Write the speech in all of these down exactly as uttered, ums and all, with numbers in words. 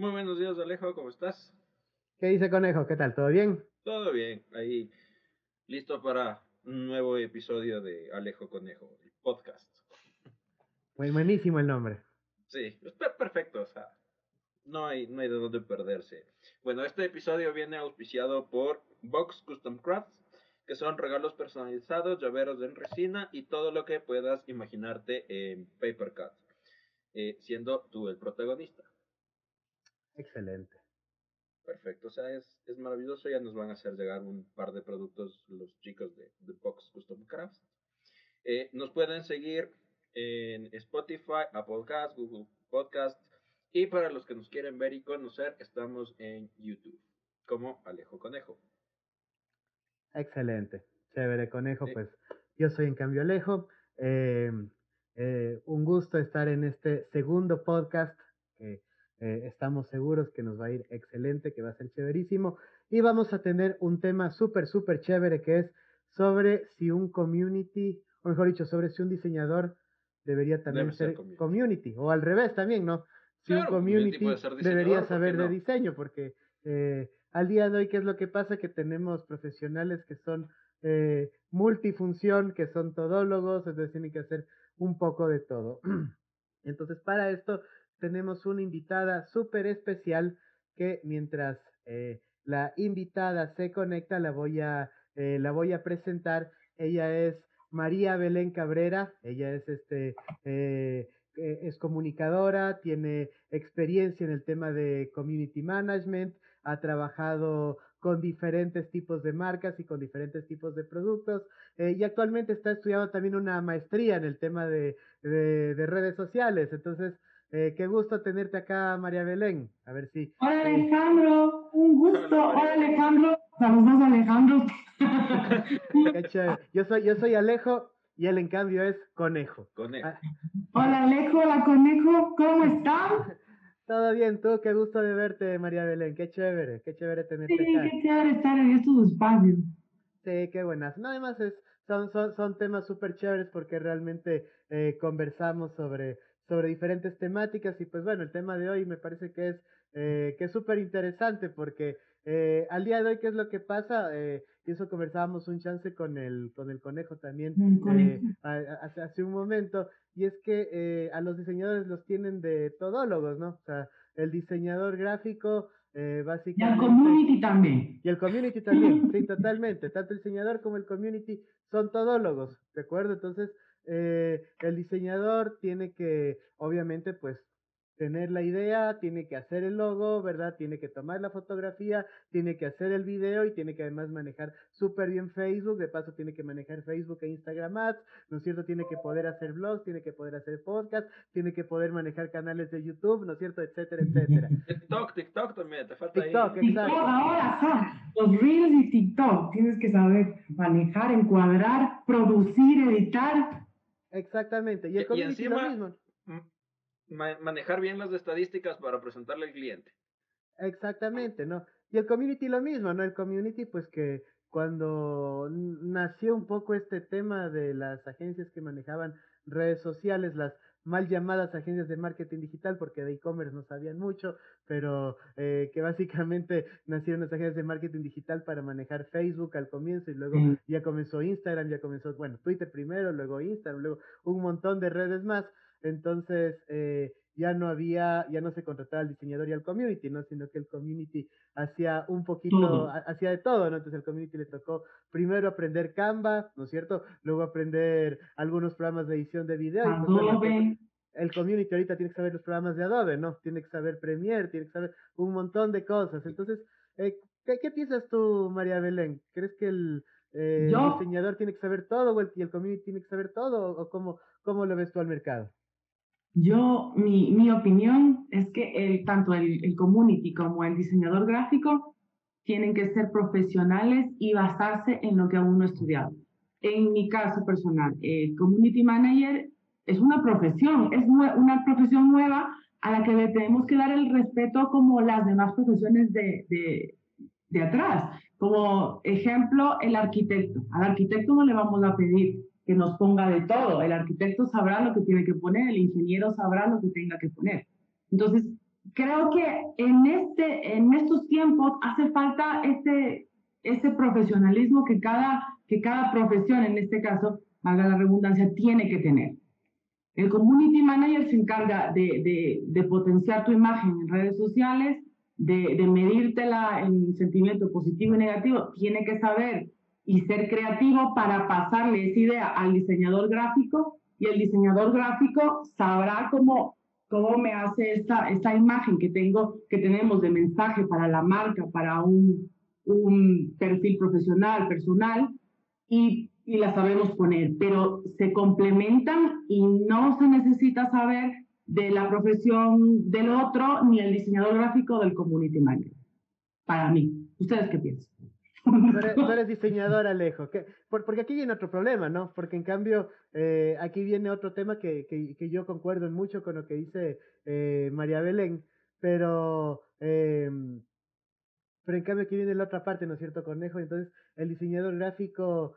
Muy buenos días, Alejo, ¿cómo estás? ¿Qué dice Conejo? ¿Qué tal? ¿Todo bien? Todo bien, ahí listo para un nuevo episodio de Alejo Conejo, el podcast. Buen- Buenísimo el nombre. Sí, es per- perfecto, o sea, no hay, no hay de dónde perderse. Bueno, este episodio viene auspiciado por Box Custom Crafts, que son regalos personalizados, llaveros en resina y todo lo que puedas imaginarte en paper cut, eh, siendo tú el protagonista. Excelente. Perfecto, o sea, es, es maravilloso. Ya nos van a hacer llegar un par de productos los chicos de, de Box Custom Crafts. Eh, nos pueden seguir en Spotify, Apple Podcasts, Google Podcasts. Y para los que nos quieren ver y conocer, estamos en YouTube, como Alejo Conejo. Excelente. Chévere, Conejo. Sí. Pues yo soy en cambio Alejo. Eh, eh, un gusto estar en este segundo podcast que eh, estamos seguros que nos va a ir excelente, que va a ser chéverísimo. Y vamos a tener un tema súper, súper chévere que es sobre si un community, o mejor dicho, sobre si un diseñador debería también Debe ser ser community. community, o al revés también, ¿no? Si un Claro, community puede community ser debería diseñador, ¿por qué saber de no? diseño, porque eh, al día de hoy, ¿qué es lo que pasa? Que tenemos profesionales que son eh, multifunción, que son todólogos, entonces tienen que hacer un poco de todo. Entonces, para esto tenemos una invitada súper especial que mientras eh, la invitada se conecta, la voy a, eh, la voy a presentar. Ella es María Belén Cabrera, ella es este... Eh, eh, es comunicadora, tiene experiencia en el tema de community management, ha trabajado con diferentes tipos de marcas y con diferentes tipos de productos, eh, y actualmente está estudiando también una maestría en el tema de, de, de redes sociales. Entonces, eh, qué gusto tenerte acá, María Belén. A ver si... Hola Eh... Alejandro, un gusto. Hola, María Hola Belén. Alejandro, saludos Alejandro. Qué chévere. Yo soy, yo soy Alejo y él en cambio es Conejo. Conejo. Ah. Hola Alejo, hola Conejo, ¿cómo están? Todo bien, tú, qué gusto de verte, María Belén. Qué chévere, qué chévere Sí, tenerte acá. qué chévere estar en estos espacios. Sí, qué buenas. No, además es, son, son, son temas súper chéveres porque realmente eh, conversamos sobre, sobre diferentes temáticas y pues bueno, el tema de hoy me parece que es eh, que es súper interesante porque eh, al día de hoy, ¿qué es lo que pasa? Eh, y eso conversábamos un chance con el, con el conejo también Un eh, conejo. a- a- hace, hace un momento, y es que eh, a los diseñadores los tienen de todólogos, ¿no? O sea, el diseñador gráfico eh, Y al básicamente... community también. Y el community también, sí, totalmente. Tanto el diseñador como el community son todólogos, ¿de acuerdo? Entonces, eh, el diseñador tiene que, obviamente, pues, tener la idea, tiene que hacer el logo, ¿verdad? Tiene que tomar la fotografía, tiene que hacer el video y tiene que además manejar súper bien Facebook, de paso tiene que manejar Facebook e Instagram Ads, ¿no es cierto? Tiene que poder hacer blogs, tiene que poder hacer podcast, tiene que poder manejar canales de YouTube, ¿no es cierto? Etcétera, etcétera. TikTok, TikTok también, te falta TikTok, ahí. TikTok, exacto. ahora, ajá, los reels y TikTok. Tienes que saber manejar, encuadrar, producir, editar. Exactamente. Y el Y, y community lo encima, mismo. ma- manejar bien las estadísticas para presentarle al cliente. Exactamente, ¿no? Y el community lo mismo, ¿no? El community, pues que cuando n- nació un poco este tema de las agencias que manejaban redes sociales, las mal llamadas agencias de marketing digital, porque de e-commerce no sabían mucho, pero eh, que básicamente nacieron las agencias de marketing digital para manejar Facebook al comienzo y luego Mm. ya comenzó Instagram, ya comenzó, bueno, Twitter primero, luego Instagram, luego un montón de redes más. Entonces, eh, ya no había, ya no se contrataba al diseñador y al community, ¿no? Sino que el community hacía un poquito, Todo. hacía de todo, ¿no? Entonces el community le tocó primero aprender Canva, ¿no es cierto? Luego aprender algunos programas de edición de video y pues bueno, el, Adobe. el community ahorita tiene que saber los programas de Adobe, ¿no? Tiene que saber Premiere, tiene que saber un montón de cosas. Entonces, eh, ¿qué, ¿qué, piensas tú, María Belén? ¿Crees que el, eh, el Yo diseñador tiene que saber todo o el, y el community tiene que saber todo o cómo, cómo lo ves tú al mercado? Yo, mi, mi opinión es que el, tanto el, el community como el diseñador gráfico tienen que ser profesionales y basarse en lo que uno ha estudiado. En mi caso personal, el community manager es una profesión, es una profesión nueva a la que le tenemos que dar el respeto como las demás profesiones de, de, de atrás. Como ejemplo, el arquitecto. Al arquitecto no le vamos a pedir que nos ponga de todo. El arquitecto sabrá lo que tiene que poner, el ingeniero sabrá lo que tenga que poner. Entonces, creo que en, este, en estos tiempos hace falta este, ese profesionalismo que cada, que cada profesión, en este caso, valga la redundancia, tiene que tener. El community manager se encarga de, de, de potenciar tu imagen en redes sociales, de, de medírtela en sentimiento positivo y negativo. Tiene que saber y ser creativo para pasarle esa idea al diseñador gráfico, y el diseñador gráfico sabrá cómo, cómo me hace esta, esta imagen que, tengo, que tenemos de mensaje para la marca, para un, un perfil profesional, personal, y, y la sabemos poner, pero se complementan y no se necesita saber de la profesión del otro ni el diseñador gráfico del community manager. Para mí. ¿Ustedes qué piensan? Tú eres, tú eres diseñador, Alejo. Que, por, porque aquí viene otro problema, ¿no? Porque en cambio, eh, aquí viene otro tema que, que, que, yo concuerdo mucho con lo que dice eh, María Belén, pero, eh, pero en cambio aquí viene la otra parte, ¿no es cierto, Conejo? Entonces, el diseñador gráfico,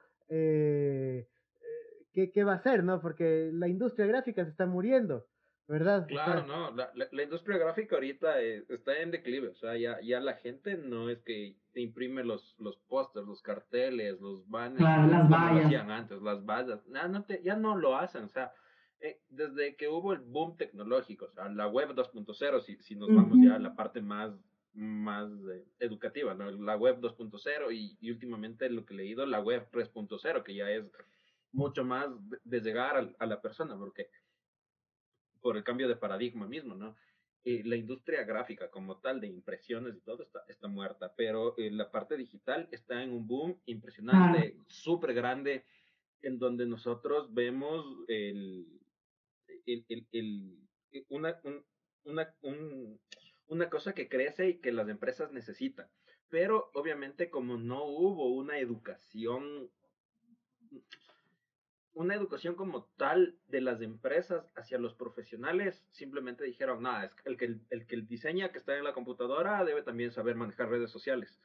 eh, ¿qué, ¿qué va a hacer, no? Porque la industria gráfica se está muriendo, ¿verdad? O Claro, sea, no, la, la, la industria gráfica ahorita eh, está en declive, o sea, ya, ya la gente no es que te imprime los, los pósters, los carteles, los banners, Claro, las como lo vallas. hacían antes, las vallas, no, no te, ya no lo hacen, o sea, eh, desde que hubo el boom tecnológico, o sea, la web dos punto cero, si, si nos vamos ya a la Uh-huh. parte más, más eh, educativa, ¿no? La web dos punto cero y, y últimamente lo que he leído, la web tres punto cero, que ya es mucho más de, de llegar a, a la persona, porque por el cambio de paradigma mismo, ¿no? Eh, la industria gráfica como tal, de impresiones y todo, está, está muerta, pero eh, la parte digital está en un boom Claro. impresionante, súper grande, en donde nosotros vemos el, el, el, el una, un, una, un, una cosa que crece y que las empresas necesitan. Pero obviamente como no hubo una educación una educación como tal de las empresas hacia los profesionales, simplemente dijeron, nada, es el que, el que diseña, que está en la computadora, debe también saber manejar redes sociales.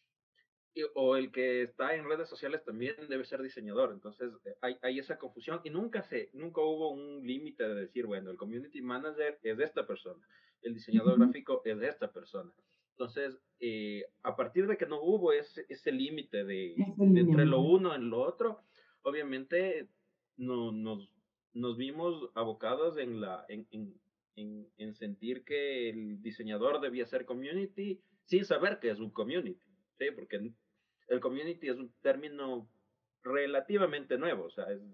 Y, o el que está en redes sociales también debe ser diseñador. Entonces eh, hay, hay esa confusión y nunca, se, nunca hubo un límite de decir, bueno, el community manager es de esta persona, el diseñador Uh-huh. gráfico es de esta persona. Entonces, eh, a partir de que no hubo ese, ese límite de, Ese de entre lo lineamiento. uno en lo otro, obviamente no, nos, nos vimos abocados en, la, en, en, en, en sentir que el diseñador debía ser community sin saber que es un community. Sí, porque el community es un término relativamente nuevo, o sea, es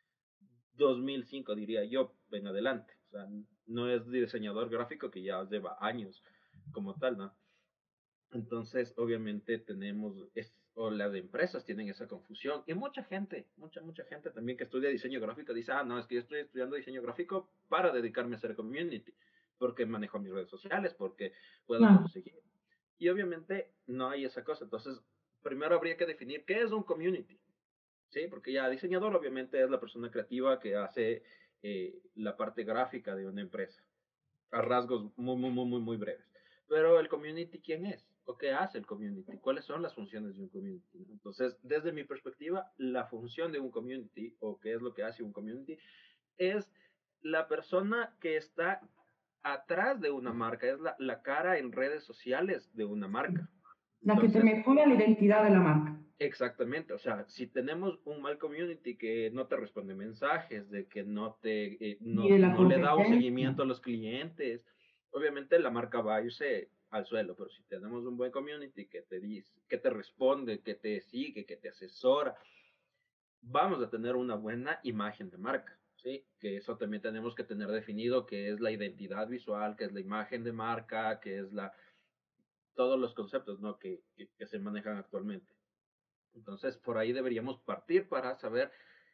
dos mil cinco diría yo en adelante, o sea, no es diseñador gráfico que ya lleva años como tal, ¿no? Entonces, obviamente tenemos, es, o las empresas tienen esa confusión, y mucha gente, mucha, mucha gente también que estudia diseño gráfico dice, ah, no, es que yo estoy estudiando diseño gráfico para dedicarme a hacer community, porque manejo mis redes sociales, porque puedo Claro. conseguir. Y obviamente no hay esa cosa, entonces primero habría que definir qué es un community, ¿sí? Porque ya diseñador obviamente es la persona creativa que hace eh, la parte gráfica de una empresa, a rasgos muy, muy, muy, muy, muy breves. Pero el community, ¿quién es? ¿O qué hace el community? ¿Cuáles son las funciones de un community? Entonces, desde mi perspectiva, la función de un community, o qué es lo que hace un community, es la persona que está atrás de una marca, es la, la cara en redes sociales de una marca. La que te Entonces, mejora la identidad de la marca. exactamente, o sea, si tenemos un mal community que no te responde mensajes, de que no te eh, Y no, de la no le da un competencia. seguimiento a los clientes, obviamente la marca va a irse al suelo, pero si tenemos un buen community que te dice, que te responde, que te sigue, que te asesora, vamos a tener una buena imagen de marca, ¿sí? Que eso también tenemos que tener definido, que es la identidad visual, que es la imagen de marca, que es la todos los conceptos, ¿no? que, que, que se manejan actualmente. Entonces, por ahí deberíamos partir para saber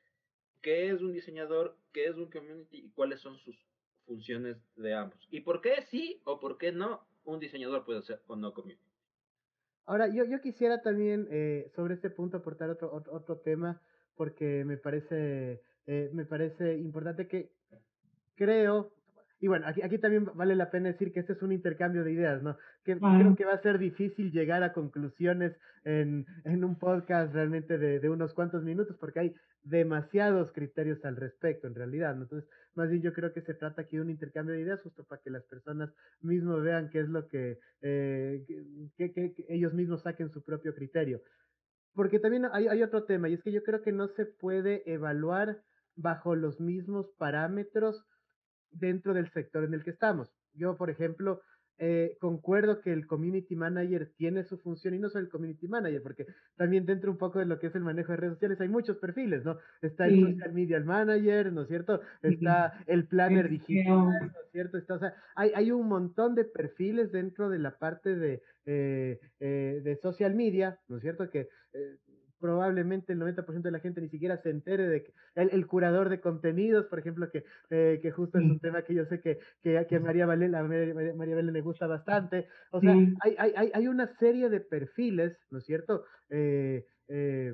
qué es un diseñador, qué es un community y cuáles son sus funciones de ambos. Y por qué sí o por qué no un diseñador puede ser o no community. ahora yo, yo quisiera también eh, sobre este punto aportar otro, otro, otro tema porque me parece, eh, me parece importante que creo, Y bueno, aquí, aquí también vale la pena decir que este es un intercambio de ideas, ¿no? Que Claro. creo que va a ser difícil llegar a conclusiones en, en un podcast realmente de, de unos cuantos minutos, porque hay demasiados criterios al respecto, en realidad, ¿no? Entonces, más bien yo creo que se trata aquí de un intercambio de ideas justo para que las personas mismos vean qué es lo que, eh, que, que, que ellos mismos saquen su propio criterio. Porque también hay, hay otro tema, y es que yo creo que no se puede evaluar bajo los mismos parámetros dentro del sector en el que estamos. Yo, por ejemplo, eh, concuerdo que el community manager tiene su función y no solo el community manager, porque también dentro un poco de lo que es el manejo de redes sociales hay muchos perfiles, ¿no? Está el Sí, social media manager, ¿no es cierto? sí. Está el planner El digital, S E O. ¿no es cierto? Está, o sea, hay, hay un montón de perfiles dentro de la parte de, eh, eh, de social media, ¿no es cierto? Que eh, probablemente el noventa por ciento de la gente ni siquiera se entere de que el, el curador de contenidos, por ejemplo, que, eh, que justo es un Sí, tema que yo sé que, que, que a María Belén, a María, María Belén le gusta bastante. O sea, sí. hay, hay, hay una serie de perfiles, ¿no es cierto? Eh, eh,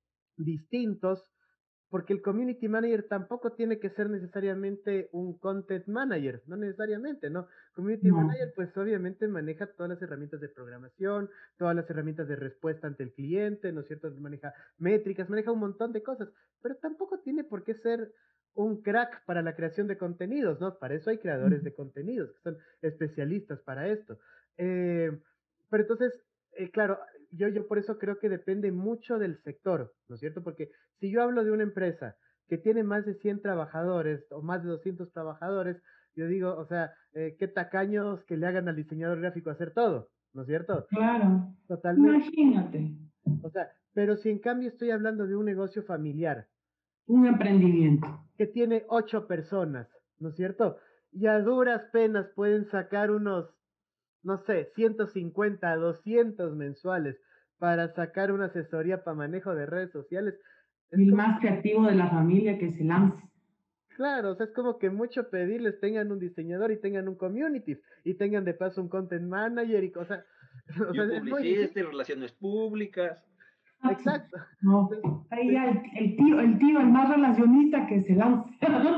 distintos, porque el community manager tampoco tiene que ser necesariamente un content manager, no necesariamente, ¿no? Community No, manager, pues obviamente maneja todas las herramientas de programación, todas las herramientas de respuesta ante el cliente, ¿no es cierto? Maneja métricas, maneja un montón de cosas, pero tampoco tiene por qué ser un crack para la creación de contenidos, ¿no? Para eso hay creadores de contenidos que son especialistas para esto. Eh, pero entonces, eh, claro, yo, yo por eso creo que depende mucho del sector, ¿no es cierto? Porque si yo hablo de una empresa que tiene más de cien trabajadores o más de doscientos trabajadores, yo digo, o sea, eh, qué tacaños que le hagan al diseñador gráfico hacer todo, ¿no es cierto? claro. Totalmente. Imagínate, O sea, pero si en cambio estoy hablando de un negocio familiar un emprendimiento. que tiene ocho personas, ¿no es cierto? Y a duras penas pueden sacar unos, no sé, ciento cincuenta, doscientos mensuales para sacar una asesoría para manejo de redes sociales. Es El como, más creativo de la familia que se lance. claro, o sea, es como que mucho pedirles tengan un diseñador y tengan un community y tengan de paso un content manager y cosas. O Y sea, un es muy publicista y difícil. relaciones públicas. Exacto. No, Entonces, ahí sí. ya el, el tío, el tío, el más relacionista que se lance.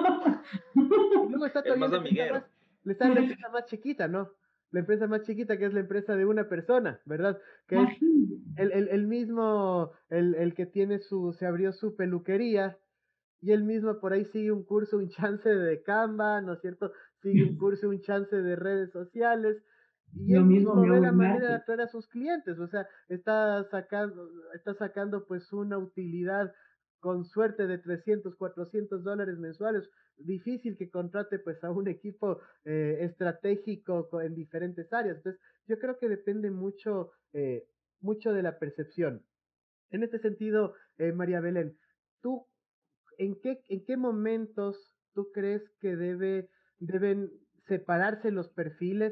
Y luego está El todavía más la empresa más, amiguero. le está la empresa más chiquita, ¿no? La empresa más chiquita que es la empresa de una persona, ¿verdad? Que es Imagínate. el, el, el mismo, el, el que tiene su, se abrió su peluquería y él mismo por ahí sigue un curso, un chance de Canva, ¿no es cierto? Sigue un curso, un chance de redes sociales y Yo él mismo mismo me ve hago la el manera de marketing. atraer a sus clientes, o sea, está sacando, está sacando pues una utilidad con suerte de trescientos, cuatrocientos dólares mensuales. Difícil que contrate pues a un equipo eh, estratégico en diferentes áreas. Entonces, yo creo que depende mucho, eh, mucho de la percepción. En este sentido, eh, María Belén, ¿tú en qué, en qué momentos tú crees que debe, deben separarse los perfiles?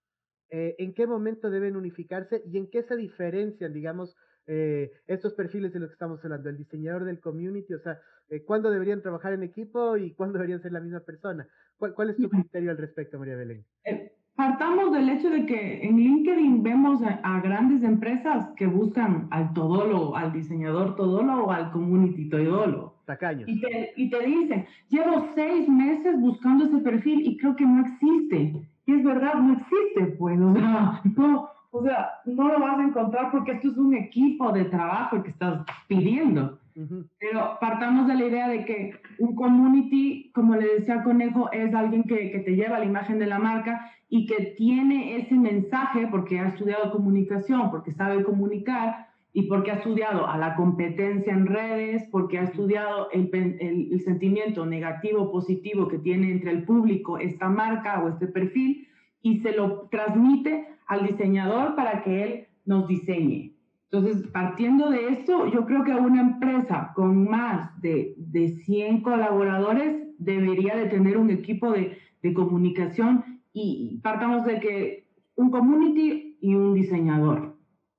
Eh, ¿En qué momento deben unificarse y en qué se diferencian, digamos, eh, estos perfiles de los que estamos hablando? El diseñador del community, o sea, eh, ¿cuándo deberían trabajar en equipo y cuándo deberían ser la misma persona? ¿Cuál, cuál es tu criterio al respecto, María Belén? Eh, partamos del hecho de que en LinkedIn vemos a, a grandes empresas que buscan al todólogo, al diseñador todólogo o al community todólogo. Tacaños. Y te, y te dicen, llevo seis meses buscando ese perfil y creo que no existe. Y es verdad, no existe, pues, o sea, no, o sea, no lo vas a encontrar porque esto es un equipo de trabajo que estás pidiendo. Ujú. Pero partamos de la idea de que un community, como le decía Conejo, es alguien que, que te lleva la imagen de la marca y que tiene ese mensaje porque ha estudiado comunicación, porque sabe comunicar y porque ha estudiado a la competencia en redes, porque ha estudiado el, el, el sentimiento negativo, positivo que tiene entre el público esta marca o este perfil y se lo transmite al diseñador para que él nos diseñe. Entonces, partiendo de esto, yo creo que una empresa con más de, de cien colaboradores debería de tener un equipo de, de comunicación y partamos de que un community y un diseñador,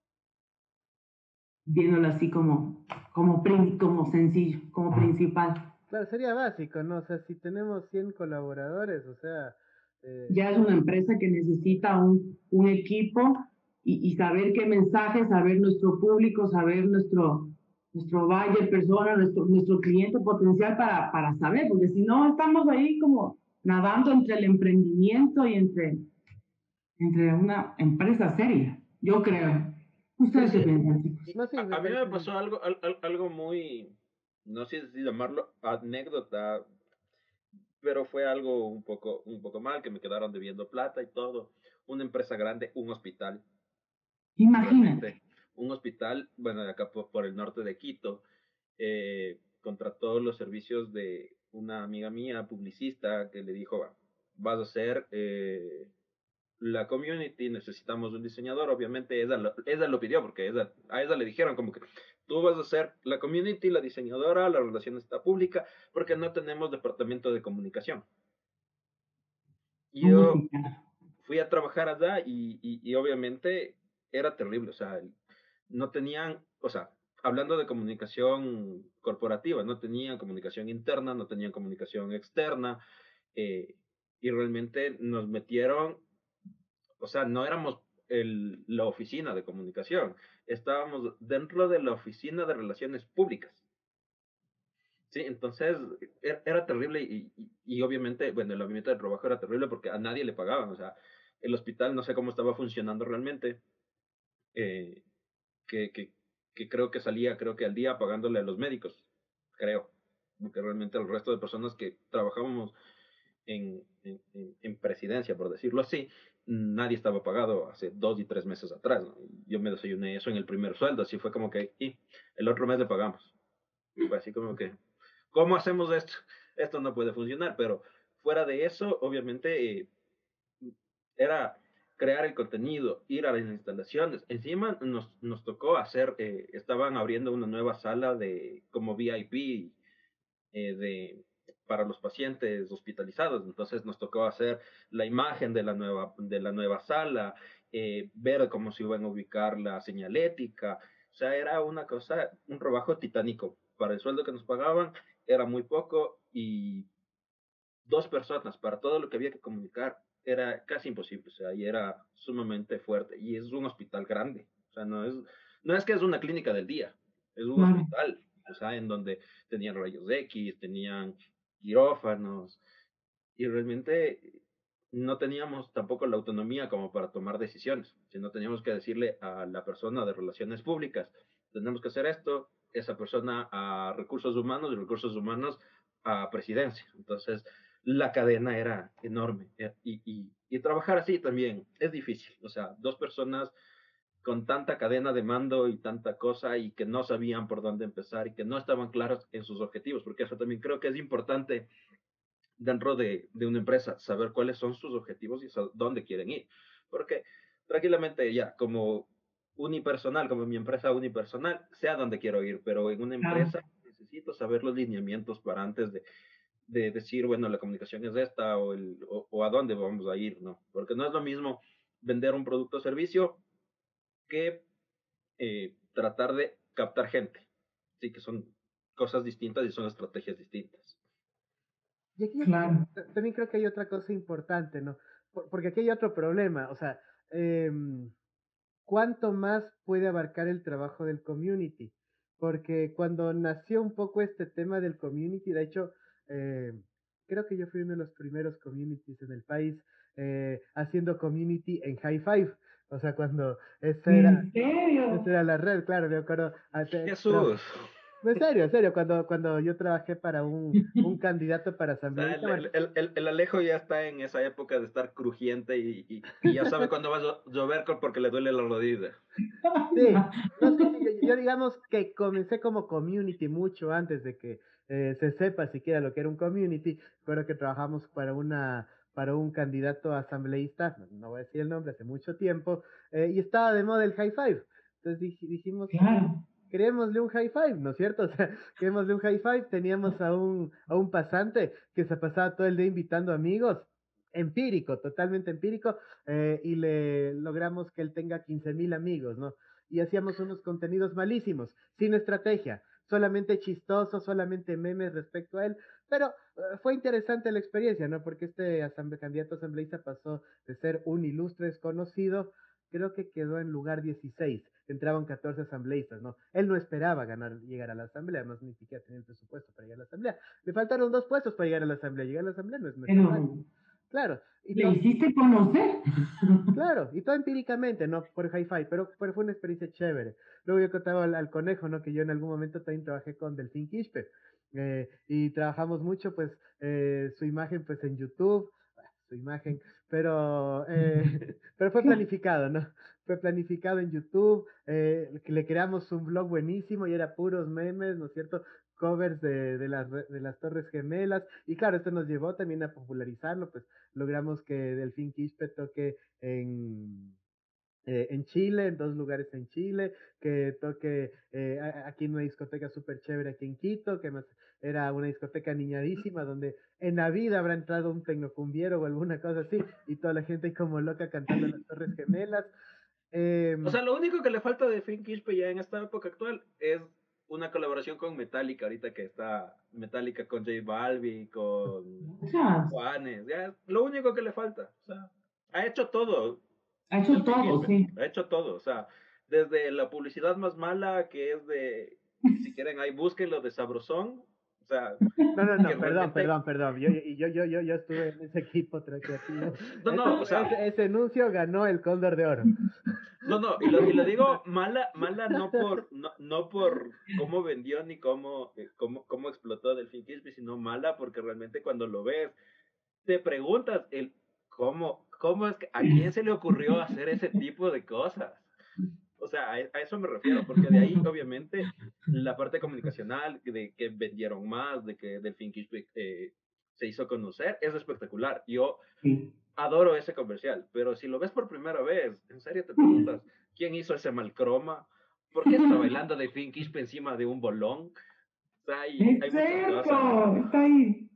viéndolo así como, como, como sencillo, como principal. Claro, sería básico, ¿no? O sea, si tenemos cien colaboradores, o sea, eh, Ya es una empresa que necesita un, un equipo y, y saber qué mensaje, saber nuestro público, saber nuestro, nuestro buyer persona, nuestro, nuestro cliente potencial para, para saber, porque si no estamos ahí como nadando entre el emprendimiento y entre, entre una empresa seria, yo creo. Sí, ¿Ustedes qué sí. piensan, chicos? Y No, sí, a, me a mí me parece bien. pasó algo, al- al- algo muy, no sé si llamarlo anécdota, pero fue algo un poco, un poco mal, que me quedaron debiendo plata y todo. Una empresa grande, un hospital, Imagínate. realmente. Un hospital, bueno, de acá por, por el norte de Quito, eh, contrató los servicios de una amiga mía, publicista, que le dijo, "Va, vas a hacer eh, la community, necesitamos un diseñador". Obviamente ella lo, ella lo pidió, porque ella, a ella le dijeron como que tú vas a hacer la community, la diseñadora, la relación está pública, porque no tenemos departamento de comunicación. Y yo Uy, claro. fui a trabajar allá y, y, y obviamente era terrible, o sea, no tenían, o sea, hablando de comunicación corporativa, no tenían comunicación interna, no tenían comunicación externa, eh, y realmente nos metieron, o sea, no éramos el, la oficina de comunicación, estábamos dentro de la oficina de relaciones públicas. Sí, entonces era, era terrible y, y, y, obviamente, bueno, el ambiente de trabajo era terrible porque a nadie le pagaban, o sea, el hospital no sé cómo estaba funcionando realmente, eh, que, que, que creo que salía, creo que al día pagándole a los médicos, creo, porque realmente el resto de personas que trabajábamos en, en, en presidencia, por decirlo así, nadie estaba pagado hace dos y tres meses atrás, ¿no? Yo me desayuné eso en el primer sueldo, así fue como que, y el otro mes le pagamos. Fue así como que, ¿cómo hacemos esto? Esto no puede funcionar, pero fuera de eso, obviamente, eh, era crear el contenido, ir a las instalaciones. Encima nos, nos tocó hacer, eh, estaban abriendo una nueva sala de como V I P eh, de, para los pacientes hospitalizados. Entonces nos tocó hacer la imagen de la nueva, de la nueva sala, eh, ver cómo se iban a ubicar la señalética. O sea, era una cosa, un trabajo titánico. Para el sueldo que nos pagaban era muy poco y dos personas para todo lo que había que comunicar era casi imposible. O sea, y era sumamente fuerte. Y es un hospital grande. O sea, no es, no es que es una clínica del día, es un Claro. hospital, o sea, en donde tenían rayos X, tenían quirófanos, y realmente no teníamos tampoco la autonomía como para tomar decisiones, sino teníamos que decirle a la persona de relaciones públicas, tenemos que hacer esto, esa persona a recursos humanos y recursos humanos a presidencia. Entonces, la cadena era enorme eh, y, y, y trabajar así también es difícil. O sea, dos personas con tanta cadena de mando y tanta cosa y que no sabían por dónde empezar y que no estaban claros en sus objetivos, porque eso también creo que es importante dentro de, de una empresa, saber cuáles son sus objetivos y dónde quieren ir. Porque tranquilamente ya, como unipersonal, como mi empresa unipersonal, sé a dónde quiero ir, pero en una Claro. empresa necesito saber los lineamientos para antes de, de decir, bueno, la comunicación es esta o, el, o, o a dónde vamos a ir, ¿no? Porque no es lo mismo vender un producto o servicio que eh, tratar de captar gente. Sí, que son cosas distintas y son estrategias distintas. Y aquí yo Claro. también creo que hay otra cosa importante, ¿no? Por- porque aquí hay otro problema, o sea, em, ¿cuánto más puede abarcar el trabajo del community? Porque cuando nació un poco este tema del community, de hecho, eh, creo que yo fui uno de los primeros communities en el país eh, haciendo community en High Five. O sea, cuando esa era, ¿En serio? esa era la red, claro, me acuerdo. hace- tra- Jesús. En serio, en serio, cuando, cuando yo trabajé para un, un candidato para O sea, asambleísta, el, bueno, el, el, el Alejo ya está en esa época de estar crujiente y, y, y ya sabe cuándo va a llover porque le duele la rodilla. sí, no, sí, sí, yo, yo digamos que comencé como community mucho antes de que eh, se sepa siquiera lo que era un community. Recuerdo que trabajamos para una, para un candidato asambleísta, no, no voy a decir el nombre, hace mucho tiempo, eh, y estaba de moda el high five. Entonces dij- dijimos, Claro. creémosle un high five, ¿no es cierto? O sea, creémosle un high five, teníamos a un, a un pasante que se pasaba todo el día invitando amigos, empírico, totalmente empírico, eh, y le logramos que él tenga quince mil amigos, ¿no? Y hacíamos unos contenidos malísimos, sin estrategia, solamente chistosos, solamente memes respecto a él, pero uh, fue interesante la experiencia, ¿no? Porque este asamble candidato asambleísta pasó de ser un ilustre desconocido, creo que quedó en lugar dieciséis, entraban catorce asambleístas, ¿no? Él no esperaba ganar, llegar a la asamblea, además ni siquiera tenía el presupuesto para llegar a la asamblea. Le faltaron dos puestos para llegar a la asamblea. Llegar a la asamblea no es, no es tan fácil. Pero Claro, y le todo, hiciste conocer. claro, y todo empíricamente, no por hi-fi, pero, pero fue una experiencia chévere. Luego yo contaba al, al conejo, ¿no? Que yo en algún momento también trabajé con Delfín Quispe, eh, y trabajamos mucho, pues, eh, su imagen, pues, en YouTube, ah, su imagen, pero, eh, pero fue planificado, ¿no? Fue planificado en YouTube, eh, que le creamos un blog buenísimo y era puros memes, ¿no es cierto? Covers de, de, las, re- de las Torres Gemelas, y claro, esto nos llevó también a popularizarlo, pues logramos que Delfín Quispe toque en, eh, en Chile, en dos lugares en Chile, que toque eh, a- aquí en una discoteca súper chévere aquí en Quito, que más era una discoteca niñadísima, donde en la vida habrá entrado un tecnocumbiero o alguna cosa así, y toda la gente como loca cantando las Torres Gemelas. O Em, sea, lo único que le falta de Finn Quispe ya en esta época actual es una colaboración con Metallica, ahorita que está Metallica con J Balvin, con Muchas. Juanes, ya es lo único que le falta. O sea, ha hecho todo Ha hecho el Finn todo, Quispe, sí. ha hecho todo. O sea, desde la publicidad más mala que es de, si quieren ahí búsquenlo de Sabrosón, o sea, no, no, que no, perdón, realmente, perdón, perdón. Yo, yo, yo, yo, yo estuve en ese equipo tra- creativo. no, Ese, no, o sea, ese, ese anuncio ganó el Cóndor de Oro. no, no, y lo, y lo digo mala, mala no por, no, no por cómo vendió ni cómo, eh, cómo, cómo explotó Delfín Quispe, sino mala porque realmente cuando lo ves, te preguntas el cómo, cómo es que, a quién se le ocurrió hacer ese tipo de cosas. O sea, a, a eso me refiero, porque de ahí, obviamente, la parte comunicacional, de que vendieron más, de que Delfín Quispe eh, se hizo conocer, es espectacular. Yo Sí. adoro ese comercial, pero si lo ves por primera vez, en serio te preguntas, ¿quién hizo ese mal croma? ¿Por qué está bailando de Finn Quispe encima de un bolón? O sea, hay, Es hay muchas cosas. cierto, está ahí.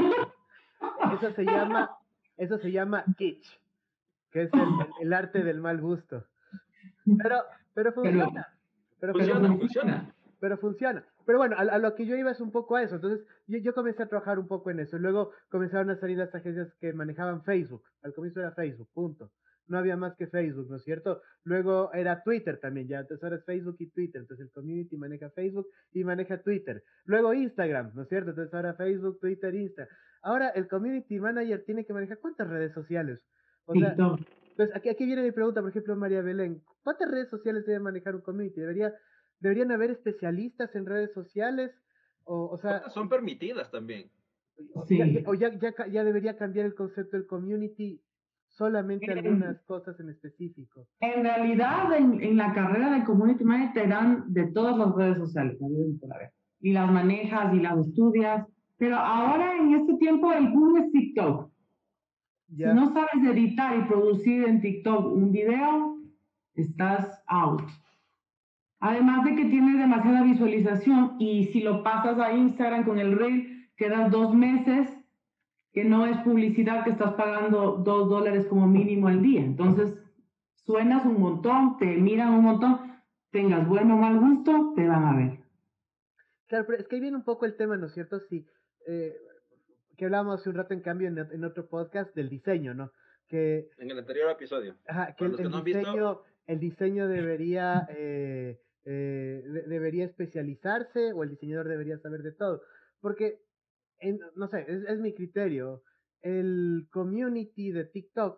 Eso se llama, eso se llama kitsch, que es el, el, el arte del mal gusto. Pero, pero Pero, funciona, pero pero Funciona, funciona, funciona. funciona. pero funciona. Pero bueno, a, a lo que yo iba es un poco a eso. Entonces, yo, yo comencé a trabajar un poco en eso. Luego comenzaron a salir las agencias que manejaban Facebook. Al comienzo era Facebook, punto. No había más que Facebook, ¿no es cierto? Luego era Twitter también, ya. Entonces ahora es Facebook y Twitter. Entonces el community maneja Facebook y maneja Twitter. Luego Instagram, ¿no es cierto? Entonces ahora Facebook, Twitter, Insta. Ahora el community manager tiene que manejar ¿cuántas redes sociales? O sea, TikTok. entonces aquí, aquí viene mi pregunta, por ejemplo, María Belén. ¿Cuántas redes sociales debe manejar un community? ¿Debería, deberían haber especialistas en redes sociales? O, o sea, ¿Cuántas son permitidas también? o ya, ya- Sí. o ya, ya, ca- ya debería cambiar el concepto del community solamente En, algunas cosas en específico. en realidad, en, en la carrera de Community Manager te dan de todas las redes sociales, habidas y por haber. Y las manejas y las estudias. Pero ahora, en este tiempo, el boom es TikTok. Si Ya, no sabes editar y producir en TikTok un video, estás out. Además de que tiene demasiada visualización y si lo pasas a Instagram con el Reel, quedas dos meses que no es publicidad, que estás pagando dos dólares como mínimo al día. Entonces, suenas un montón, te miran un montón, tengas bueno o mal gusto, te van a ver. claro, pero es que ahí viene un poco el tema, ¿no es cierto? Si, eh, que hablábamos hace un rato en cambio en, en otro podcast del diseño, ¿no? Que En el anterior episodio. ajá, que Para el, los que el no han visto, diseño, el diseño debería, eh, eh, de- debería especializarse o el diseñador debería saber de todo. Porque, en- no sé, es, es mi criterio. El community de TikTok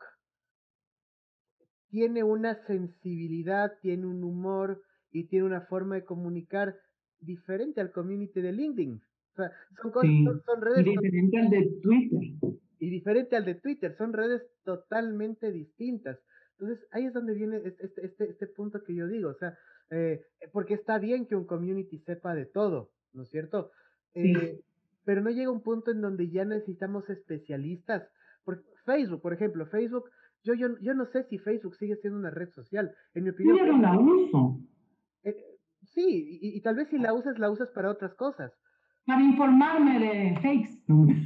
tiene una sensibilidad, tiene un humor y tiene una forma de comunicar diferente al community de LinkedIn. O sea, son cosas, son, Sí. son Y redes diferente al de Twitter. y diferente al de Twitter, son redes totalmente distintas. Entonces, ahí es donde viene este, este, este punto que yo digo, o sea, eh, porque está bien que un community sepa de todo, ¿no es cierto? Sí. Eh, pero no llega un punto en donde ya necesitamos especialistas. Por Facebook, por ejemplo, Facebook, yo, yo, yo no sé si Facebook sigue siendo una red social. En mi Yo opinión, ya no Facebook, la uso. eh, sí, y, y tal vez si la usas, la usas para otras cosas. Para informarme de fakes.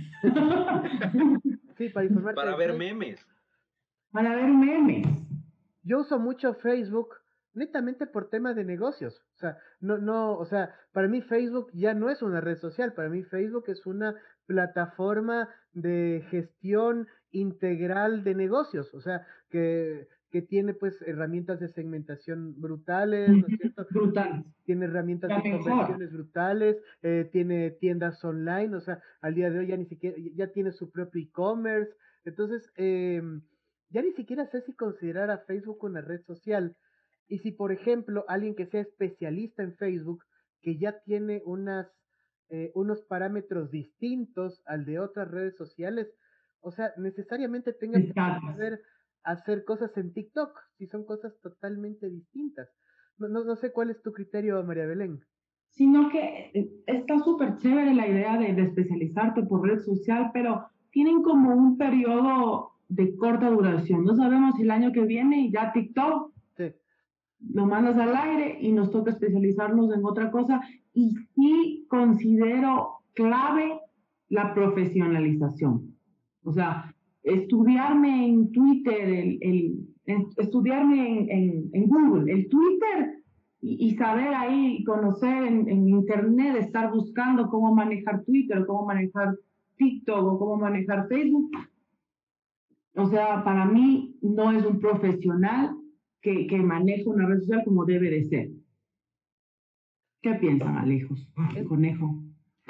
Sí, para informarte para de ver Facebook. memes. Para ver memes. Yo uso mucho Facebook netamente por temas de negocios. O sea, no, no, o sea, para mí Facebook ya no es una red social, para mí Facebook es una plataforma de gestión integral de negocios. O sea, que, que tiene pues herramientas de segmentación brutales, ¿no es cierto? Brutales. Tiene herramientas La de mejor. conversiones brutales, eh, tiene tiendas online, o sea, al día de hoy ya ni siquiera, ya tiene su propio e-commerce, entonces, eh, ya ni siquiera sé si considerar a Facebook una red social. Y si, por ejemplo, alguien que sea especialista en Facebook, que ya tiene unas, eh, unos parámetros distintos al de otras redes sociales, o sea, necesariamente tenga que Estatus. saber hacer cosas en TikTok, si son cosas totalmente distintas. No, no, no sé cuál es tu criterio, María Belén. Sino que eh, está súper chévere la idea de, de especializarte por red social, pero tienen como un periodo de corta duración. No sabemos si el año que viene ya TikTok Sí. lo mandas al aire y nos toca especializarnos en otra cosa. Y sí considero clave la profesionalización. O sea, estudiarme en Twitter, el, el, en, estudiarme en, en, en Google, el Twitter, y, y saber ahí, conocer en, en Internet, estar buscando cómo manejar Twitter, cómo manejar TikTok o cómo manejar Facebook. O sea, para mí no es un profesional que, que maneja una red social como debe de ser. ¿Qué piensan, Alejos? Es... Conejo.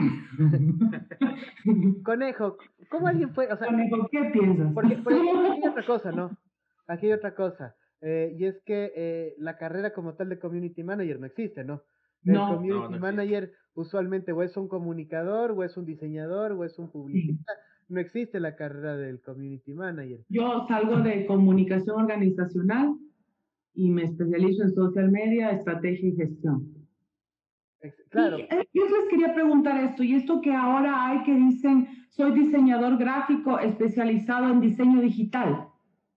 Conejo, ¿cómo alguien fue? O sea, Conejo, ¿qué piensas? porque, porque aquí hay otra cosa, ¿no? Aquí hay otra cosa. Eh, y es que eh, la carrera como tal de community manager no existe, ¿no? El No. No, community no existe. manager usualmente o es un comunicador, o es un diseñador, o es un Sí. publicista. No existe la carrera del community manager. Yo salgo de comunicación organizacional y me especializo en social media, estrategia y gestión. Ex- Y Claro, eh, yo les quería preguntar esto, y esto que ahora hay que dicen, soy diseñador gráfico especializado en diseño digital,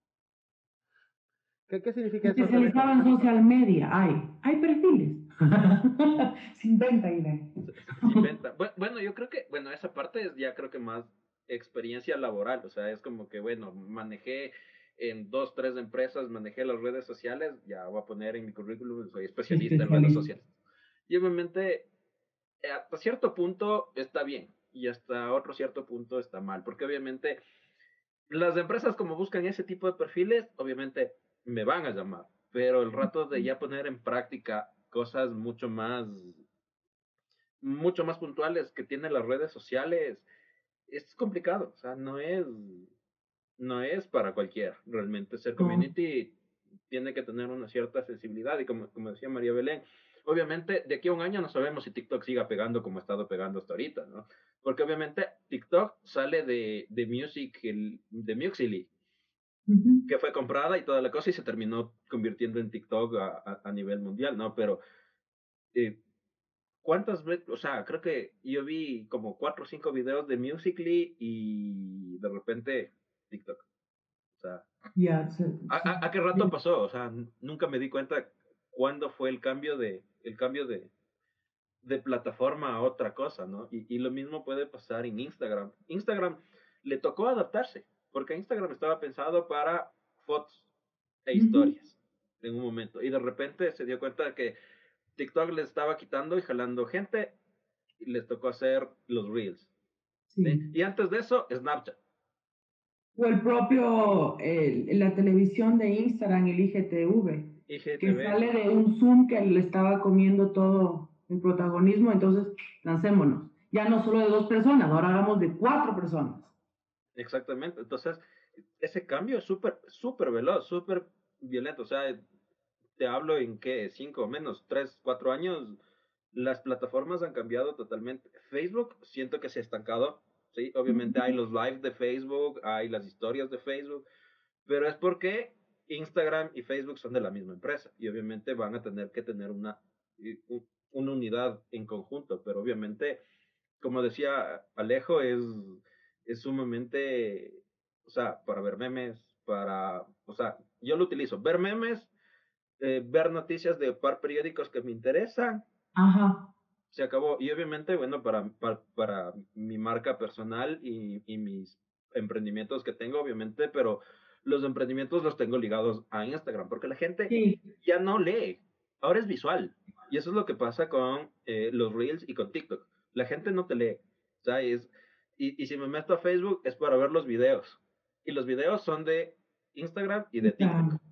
¿qué, qué significa eso, Conejo? especializado en social media, hay, hay perfiles. Se inventa, Irene. Se, se- se inventa. Bu- Bueno, yo creo que, bueno, esa parte es ya creo que más experiencia laboral, o sea, es como que, bueno, manejé en dos, tres empresas, manejé las redes sociales, ya voy a poner en mi currículum, soy especialista en redes Especialista. sociales. Y obviamente, eh, hasta cierto punto está bien, y hasta otro cierto punto está mal, porque obviamente las empresas como buscan ese tipo de perfiles, obviamente me van a llamar, pero el rato de ya poner en práctica cosas mucho más mucho más puntuales que tienen las redes sociales, es complicado, o sea, no es, no es para cualquiera, realmente ser No. community tiene que tener una cierta sensibilidad y como, como decía María Belén, obviamente de aquí a un año no sabemos si TikTok siga pegando como ha estado pegando hasta ahorita, ¿no? Porque obviamente TikTok sale de, de Music, el, de Musical.ly, Uh-huh. que fue comprada y toda la cosa y se terminó convirtiendo en TikTok a, a, a nivel mundial, ¿no? Pero eh, ¿cuántas veces? O sea, creo que yo vi como cuatro o cinco videos de Musical.ly y de repente TikTok. O sea, Ya, se, ¿a, se, a, a qué rato pasó? O sea, nunca me di cuenta cuándo fue el cambio de, el cambio de, de plataforma a otra cosa, ¿no? Y, y lo mismo puede pasar en Instagram. Instagram le tocó adaptarse, porque Instagram estaba pensado para fotos e uh-huh. historias en un momento. Y de repente se dio cuenta de que TikTok le estaba quitando y jalando gente y les tocó hacer los Reels. ¿Sí? Sí. Y antes de eso, Snapchat. O el propio, eh, la televisión de Instagram, el I G T V, que I G T V. sale de un Zoom que le estaba comiendo todo el protagonismo, entonces lancémonos. Ya no solo de dos personas, ahora hablamos de cuatro personas. Exactamente. Entonces, ese cambio es súper, súper veloz, súper violento. O sea, te hablo en que cinco o menos, tres, cuatro años, las plataformas han cambiado totalmente. Facebook siento que se ha estancado, ¿sí? Obviamente hay los live de Facebook, hay las historias de Facebook, pero es porque Instagram y Facebook son de la misma empresa y obviamente van a tener que tener una, una unidad en conjunto, pero obviamente, como decía Alejo, es, es sumamente, o sea, para ver memes, para, o sea, yo lo utilizo, ver memes, eh, ver noticias de par periódicos que me interesan, Ajá. se acabó. Y obviamente, bueno, para, para, para mi marca personal y, y, mis emprendimientos que tengo, obviamente, pero los emprendimientos los tengo ligados a Instagram, porque la gente Sí. ya no lee, ahora es visual. Y eso es lo que pasa con eh, los Reels y con TikTok. La gente no te lee. O sea, es, y, y si me meto a Facebook es para ver los videos. Y los videos son de Instagram y de TikTok.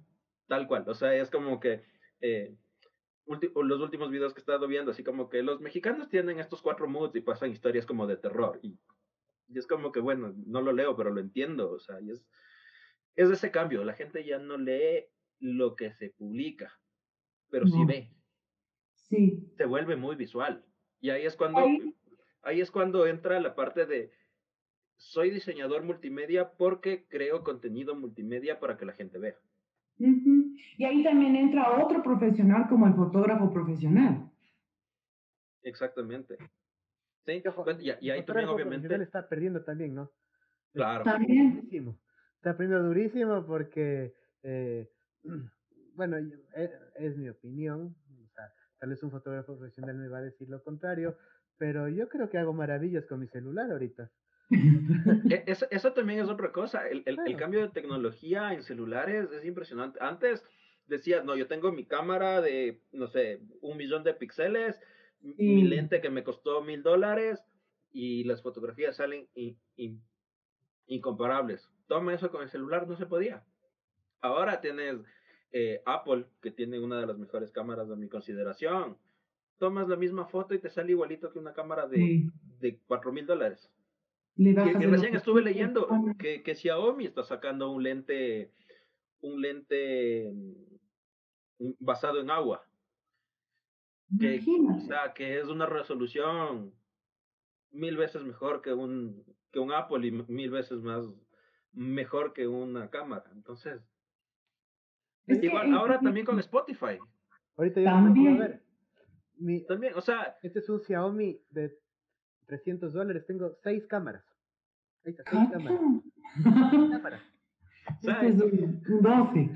Tal cual, o sea, es como que eh, ulti- los últimos videos que he estado viendo, así como que los mexicanos tienen estos cuatro moods y pasan historias como de terror. Y, y es como que, bueno, no lo leo, pero lo entiendo, o sea, y es, es ese cambio, la gente ya no lee lo que se publica, pero sí No, ve, sí. se vuelve muy visual. Y ahí es cuando, Ahí, ahí es cuando entra la parte de, soy diseñador multimedia porque creo contenido multimedia para que la gente vea. ujú. Y ahí también entra otro profesional como el fotógrafo profesional. Exactamente. Sí, Y ojo, pues, y, y el ahí también fotógrafo profesional obviamente, está perdiendo también, ¿no? Está claro, perdiendo También. durísimo. Está perdiendo durísimo porque, eh, bueno, yo- e- es, mi opinión. O sea, tal vez un fotógrafo profesional me va a decir lo contrario, pero yo creo que hago maravillas con mi celular ahorita. E- Eso, eso también es otra cosa. El, el- el Claro. cambio de tecnología en celulares es impresionante. Antes decías, no, yo tengo mi cámara de, no sé, un millón de píxeles, m- mi Sí, lente que me costó mil dólares y las fotografías salen in- in- incomparables. Toma eso con el celular, no se podía. Ahora tienes eh, Apple, que tiene una de las mejores cámaras de mi consideración. Tomas la misma foto y te sale igualito que una cámara de, sí. de cuatro mil dólares. Le Y, bajas y el recién estuve objetivo. leyendo que, que Xiaomi está sacando un lente, un lente mm, basado en agua, que, o Imagínate. sea, que es una resolución mil veces mejor que un, que un Apple y mil veces más mejor que una cámara. Entonces, Es que igual, eh, ahora también con Spotify, Ahorita yo me metí a también. ver. Mi, también, o sea, este es un Xiaomi de trescientos dólares. Tengo seis cámaras. Ahí está, seis Cacha. cámaras. Seis cámaras. o sea, Este es un un doce.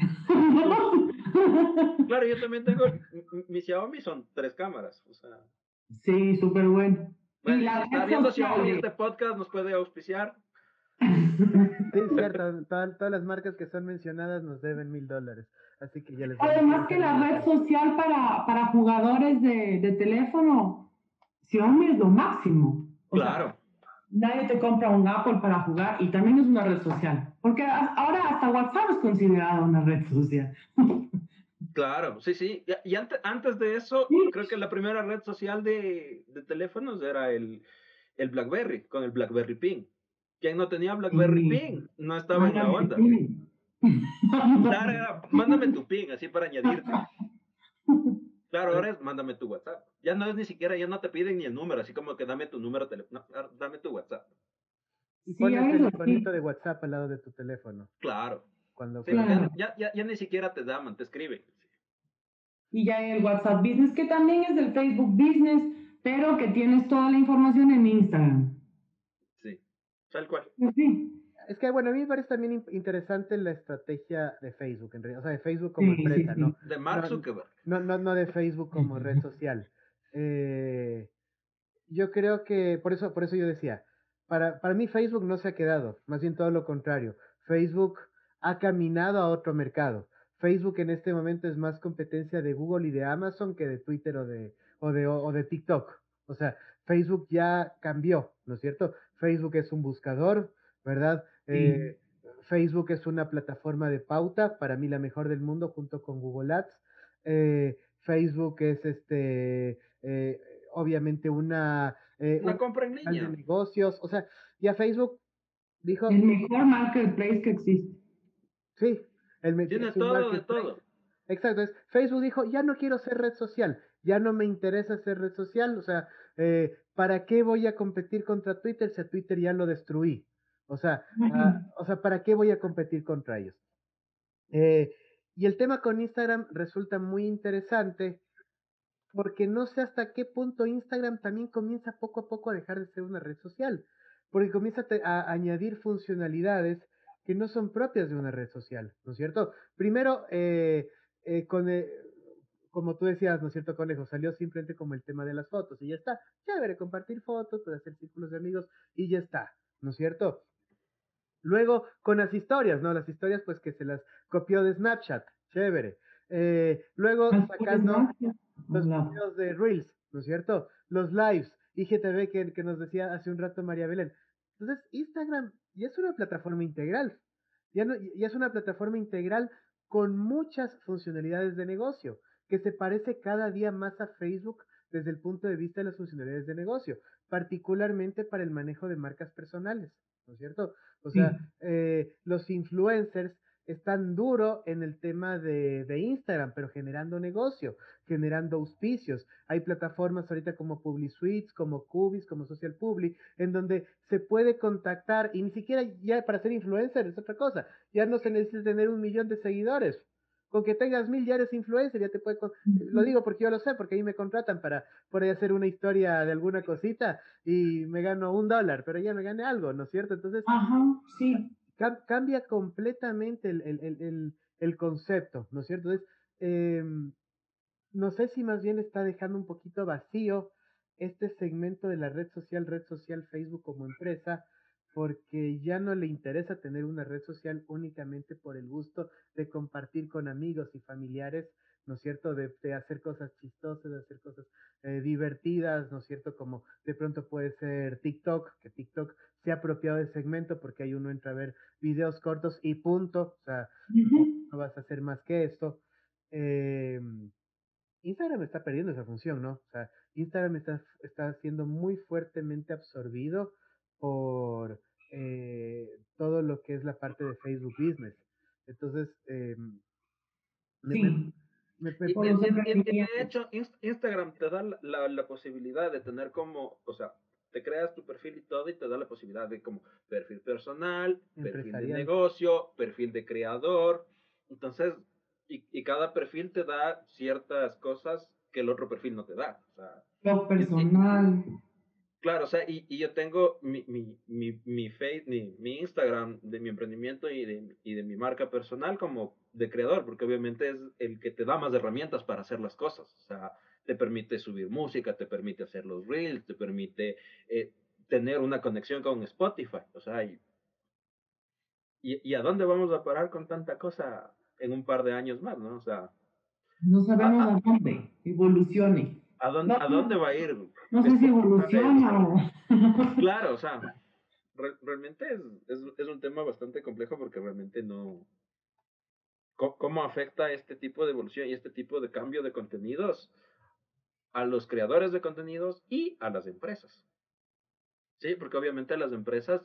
claro, yo también tengo, mi, mi Xiaomi son tres cámaras, o sea, Sí, súper bueno. Y bueno, y si la está red viendo social Xiaomi de... este podcast, nos puede auspiciar. Sí, cierto. Todas, todas las marcas que son mencionadas nos deben mil dólares. Así que ya les vamos a Además que lanzar la una red cuenta. social para, para jugadores de, de teléfono, Xiaomi es lo máximo. O sea, Claro, nadie te compra un Apple para jugar y también es una red social. Porque a- ahora hasta WhatsApp es considerada una red social. claro, sí, sí. Y, y ante- antes de eso, Sí, creo que la primera red social de, de teléfonos era el, el BlackBerry, con el BlackBerry Pin. Quien no tenía BlackBerry y Pin no estaba en la mándame onda. pin. Claro, era, mándame tu pin, así para añadirte. Claro, ahora es mándame tu WhatsApp. Ya no es ni siquiera, ya no te piden ni el número, así como que dame tu número teléfono, no, dame tu WhatsApp. Y Sí, pones ahora el es iconito así. de WhatsApp al lado de tu teléfono. Claro. Cuando, Sí, cuando... ya, Claro. ya, ya, ya ni siquiera te llaman, te escriben. Y ya hay el WhatsApp Business, que también es del Facebook Business, pero que tienes toda la información en Instagram. Sí, tal cual. Pues sí, Es que, bueno, a mí me parece también in- interesante la estrategia de Facebook, en realidad. O sea, de Facebook como sí, sí, empresa, sí. ¿no? De Mark No, Zuckerberg. no, no, no de Facebook como red social. Eh, yo creo que, por eso, por eso yo decía, para, para mí Facebook no se ha quedado, más bien todo lo contrario. Facebook ha caminado a otro mercado. Facebook en este momento es más competencia de Google y de Amazon que de Twitter o de, o de, o de TikTok. O sea, Facebook ya cambió, ¿no es cierto? Facebook es un buscador, ¿verdad? Sí. Eh, Facebook es una plataforma de pauta, para mí la mejor del mundo junto con Google Ads. Eh, Facebook es este, eh, obviamente una, eh, La un compra en canal de línea. negocios. O sea, ya Facebook dijo, El mejor marketplace que existe. sí, el, me- Tiene es un todo de marketplace. todo. Exacto, es, Facebook dijo, ya no quiero ser red social, ya no me interesa ser red social, o sea, eh, ¿para qué voy a competir contra Twitter si a Twitter ya lo destruí? O sea, ah, Imagínate. o sea, ¿para qué voy a competir contra ellos? Eh, y el tema con Instagram resulta muy interesante porque no sé hasta qué punto Instagram también comienza poco a poco a dejar de ser una red social, porque comienza a, te- a añadir funcionalidades que no son propias de una red social, ¿no es cierto? Primero, eh, eh, con, eh, como tú decías, ¿no es cierto, Conejo? Salió simplemente como el tema de las fotos y ya está. Chévere, compartir fotos, puede hacer círculos de amigos y ya está, ¿no es cierto? Luego, con las historias, ¿no? Las historias, pues que se las copió de Snapchat, chévere. Eh, luego, Más por sacando desgracia. los Hola. videos de Reels, ¿no es cierto? Los lives, I G T V que, que nos decía hace un rato María Belén. Entonces, Instagram ya es una plataforma integral. Ya, no, ya es una plataforma integral con muchas funcionalidades de negocio, que se parece cada día más a Facebook desde el punto de vista de las funcionalidades de negocio, particularmente para el manejo de marcas personales, ¿no es cierto? O sea, Sí, eh, los influencers están duro en el tema de, de Instagram, pero generando negocio, generando auspicios. Hay plataformas ahorita como PubliSuites, como Cubis, como Social Publi, en donde se puede contactar y ni siquiera ya para ser influencer es otra cosa. Ya no se necesita tener un millón de seguidores. Con que tengas mil ya eres influencer, ya te puede... con- Lo ujú, digo porque yo lo sé, porque ahí me contratan para por ahí hacer una historia de alguna cosita y me gano un dólar, pero ya me gané algo, ¿no es cierto? Entonces, ajá, sí, cam- cambia completamente el, el, el, el, el concepto, ¿no es cierto? Entonces, eh, no sé si más bien está dejando un poquito vacío este segmento de la red social, red social Facebook como empresa, porque ya no le interesa tener una red social únicamente por el gusto de compartir con amigos y familiares, ¿no es cierto? De, de hacer cosas chistosas, de hacer cosas eh, divertidas, ¿no es cierto? Como de pronto puede ser TikTok, que TikTok se ha apropiado del segmento porque ahí uno entra a ver videos cortos y punto, o sea, ujú, no, no vas a hacer más que esto. Eh, Instagram está perdiendo esa función, ¿no? O sea, Instagram está, está siendo muy fuertemente absorbido por eh, todo lo que es la parte de Facebook Business. Entonces, eh, me, me, sí, me, me- Y, por y- los y- y- y de emprendimientos. hecho, Inst- Instagram te da la, la- la posibilidad de tener como, o sea, te creas tu perfil y todo y te da la posibilidad de como perfil personal, perfil de empresarial. negocio, perfil de creador. Entonces, y, y cada perfil te da ciertas cosas que el otro perfil no te da. O sea, Lo yo- y- personal. claro, o sea, y, y yo tengo mi, mi, mi, mi, face, mi, mi Instagram de mi emprendimiento y de, y de mi marca personal como de creador, porque obviamente es el que te da más herramientas para hacer las cosas. O sea, te permite subir música, te permite hacer los reels, te permite eh, tener una conexión con Spotify. O sea, y, y, y, a dónde vamos a parar con tanta cosa en un par de años más, ¿no? O sea, No a, sabemos a, a dónde evolucione. a, dónde, No, a dónde no, va a ir no sé si Spotify. O evoluciona sea, o... claro, o sea, re- realmente es, es, es, un tema bastante complejo porque realmente no... ¿Cómo afecta este tipo de evolución y este tipo de cambio de contenidos a los creadores de contenidos y a las empresas? Sí, porque obviamente las empresas,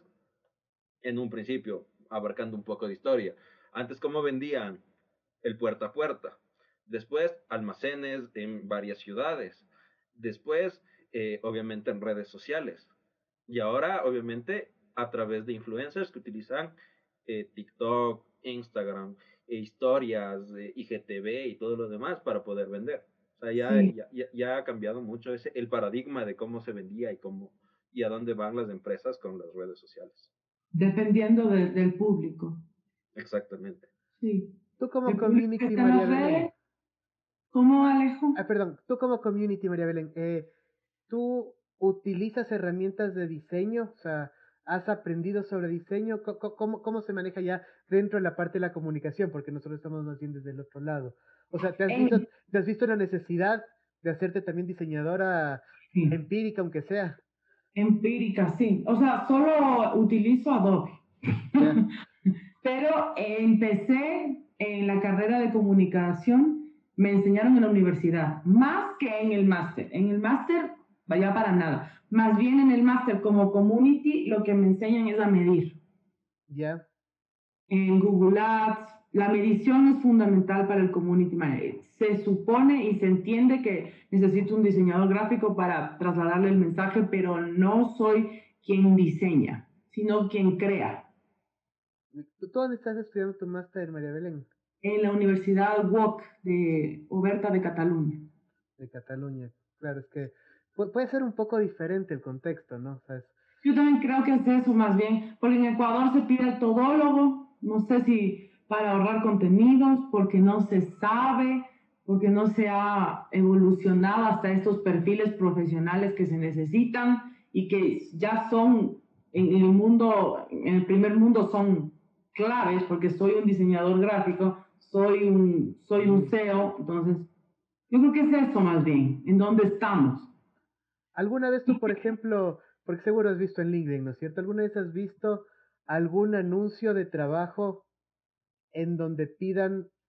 en un principio, abarcando un poco de historia, antes cómo vendían el puerta a puerta, después almacenes en varias ciudades, después eh, obviamente en redes sociales y ahora obviamente a través de influencers que utilizan eh, TikTok, Instagram, e historias, eh, I G T V y todo lo demás para poder vender. O sea, ya, Sí, ya, ya ha cambiado mucho ese, el paradigma de cómo se vendía y cómo y a dónde van las empresas con las redes sociales. dependiendo de- del público. Exactamente. Sí. Tú como El público que community, está en María las Belén, redes, ¿cómo, Alejo? ah, perdón, tú como community, María Belén, eh, ¿tú utilizas herramientas de diseño? O sea, ¿has aprendido sobre diseño? Co- co- ¿Cómo, cómo se maneja ya dentro de la parte de la comunicación? Porque nosotros estamos más bien desde el otro lado. O sea, ¿te has visto, En, te has visto la necesidad de hacerte también diseñadora sí, empírica, aunque sea? empírica, sí. O sea, solo utilizo Adobe. Ya, Pero empecé en la carrera de comunicación, me enseñaron en la universidad, más que en el máster. En el máster, vaya para nada. Más bien en el máster como community, lo que me enseñan es a medir. ya. En Google Ads, la medición es fundamental para el community manager. Se supone y se entiende que necesito un diseñador gráfico para trasladarle el mensaje, pero no soy quien diseña, sino quien crea. ¿Tú tú dónde estás estudiando tu máster, María Belén? En la Universidad U O C de Oberta de Cataluña. De Cataluña. Claro, es que pu- puede ser un poco diferente el contexto, ¿no? O sea, es- Yo también creo que es eso más bien, porque en Ecuador se pide el todólogo, no sé si para ahorrar contenidos, porque no se sabe, porque no se ha evolucionado hasta estos perfiles profesionales que se necesitan y que ya son en el mundo, en el primer mundo son claves, porque soy un diseñador gráfico, soy un, soy un sí. C E O, entonces yo creo que es eso más bien, en dónde estamos. ¿Alguna vez tú, por ejemplo, porque seguro has visto en LinkedIn, ¿no es cierto? ¿Alguna vez has visto algún anuncio de trabajo en donde pidan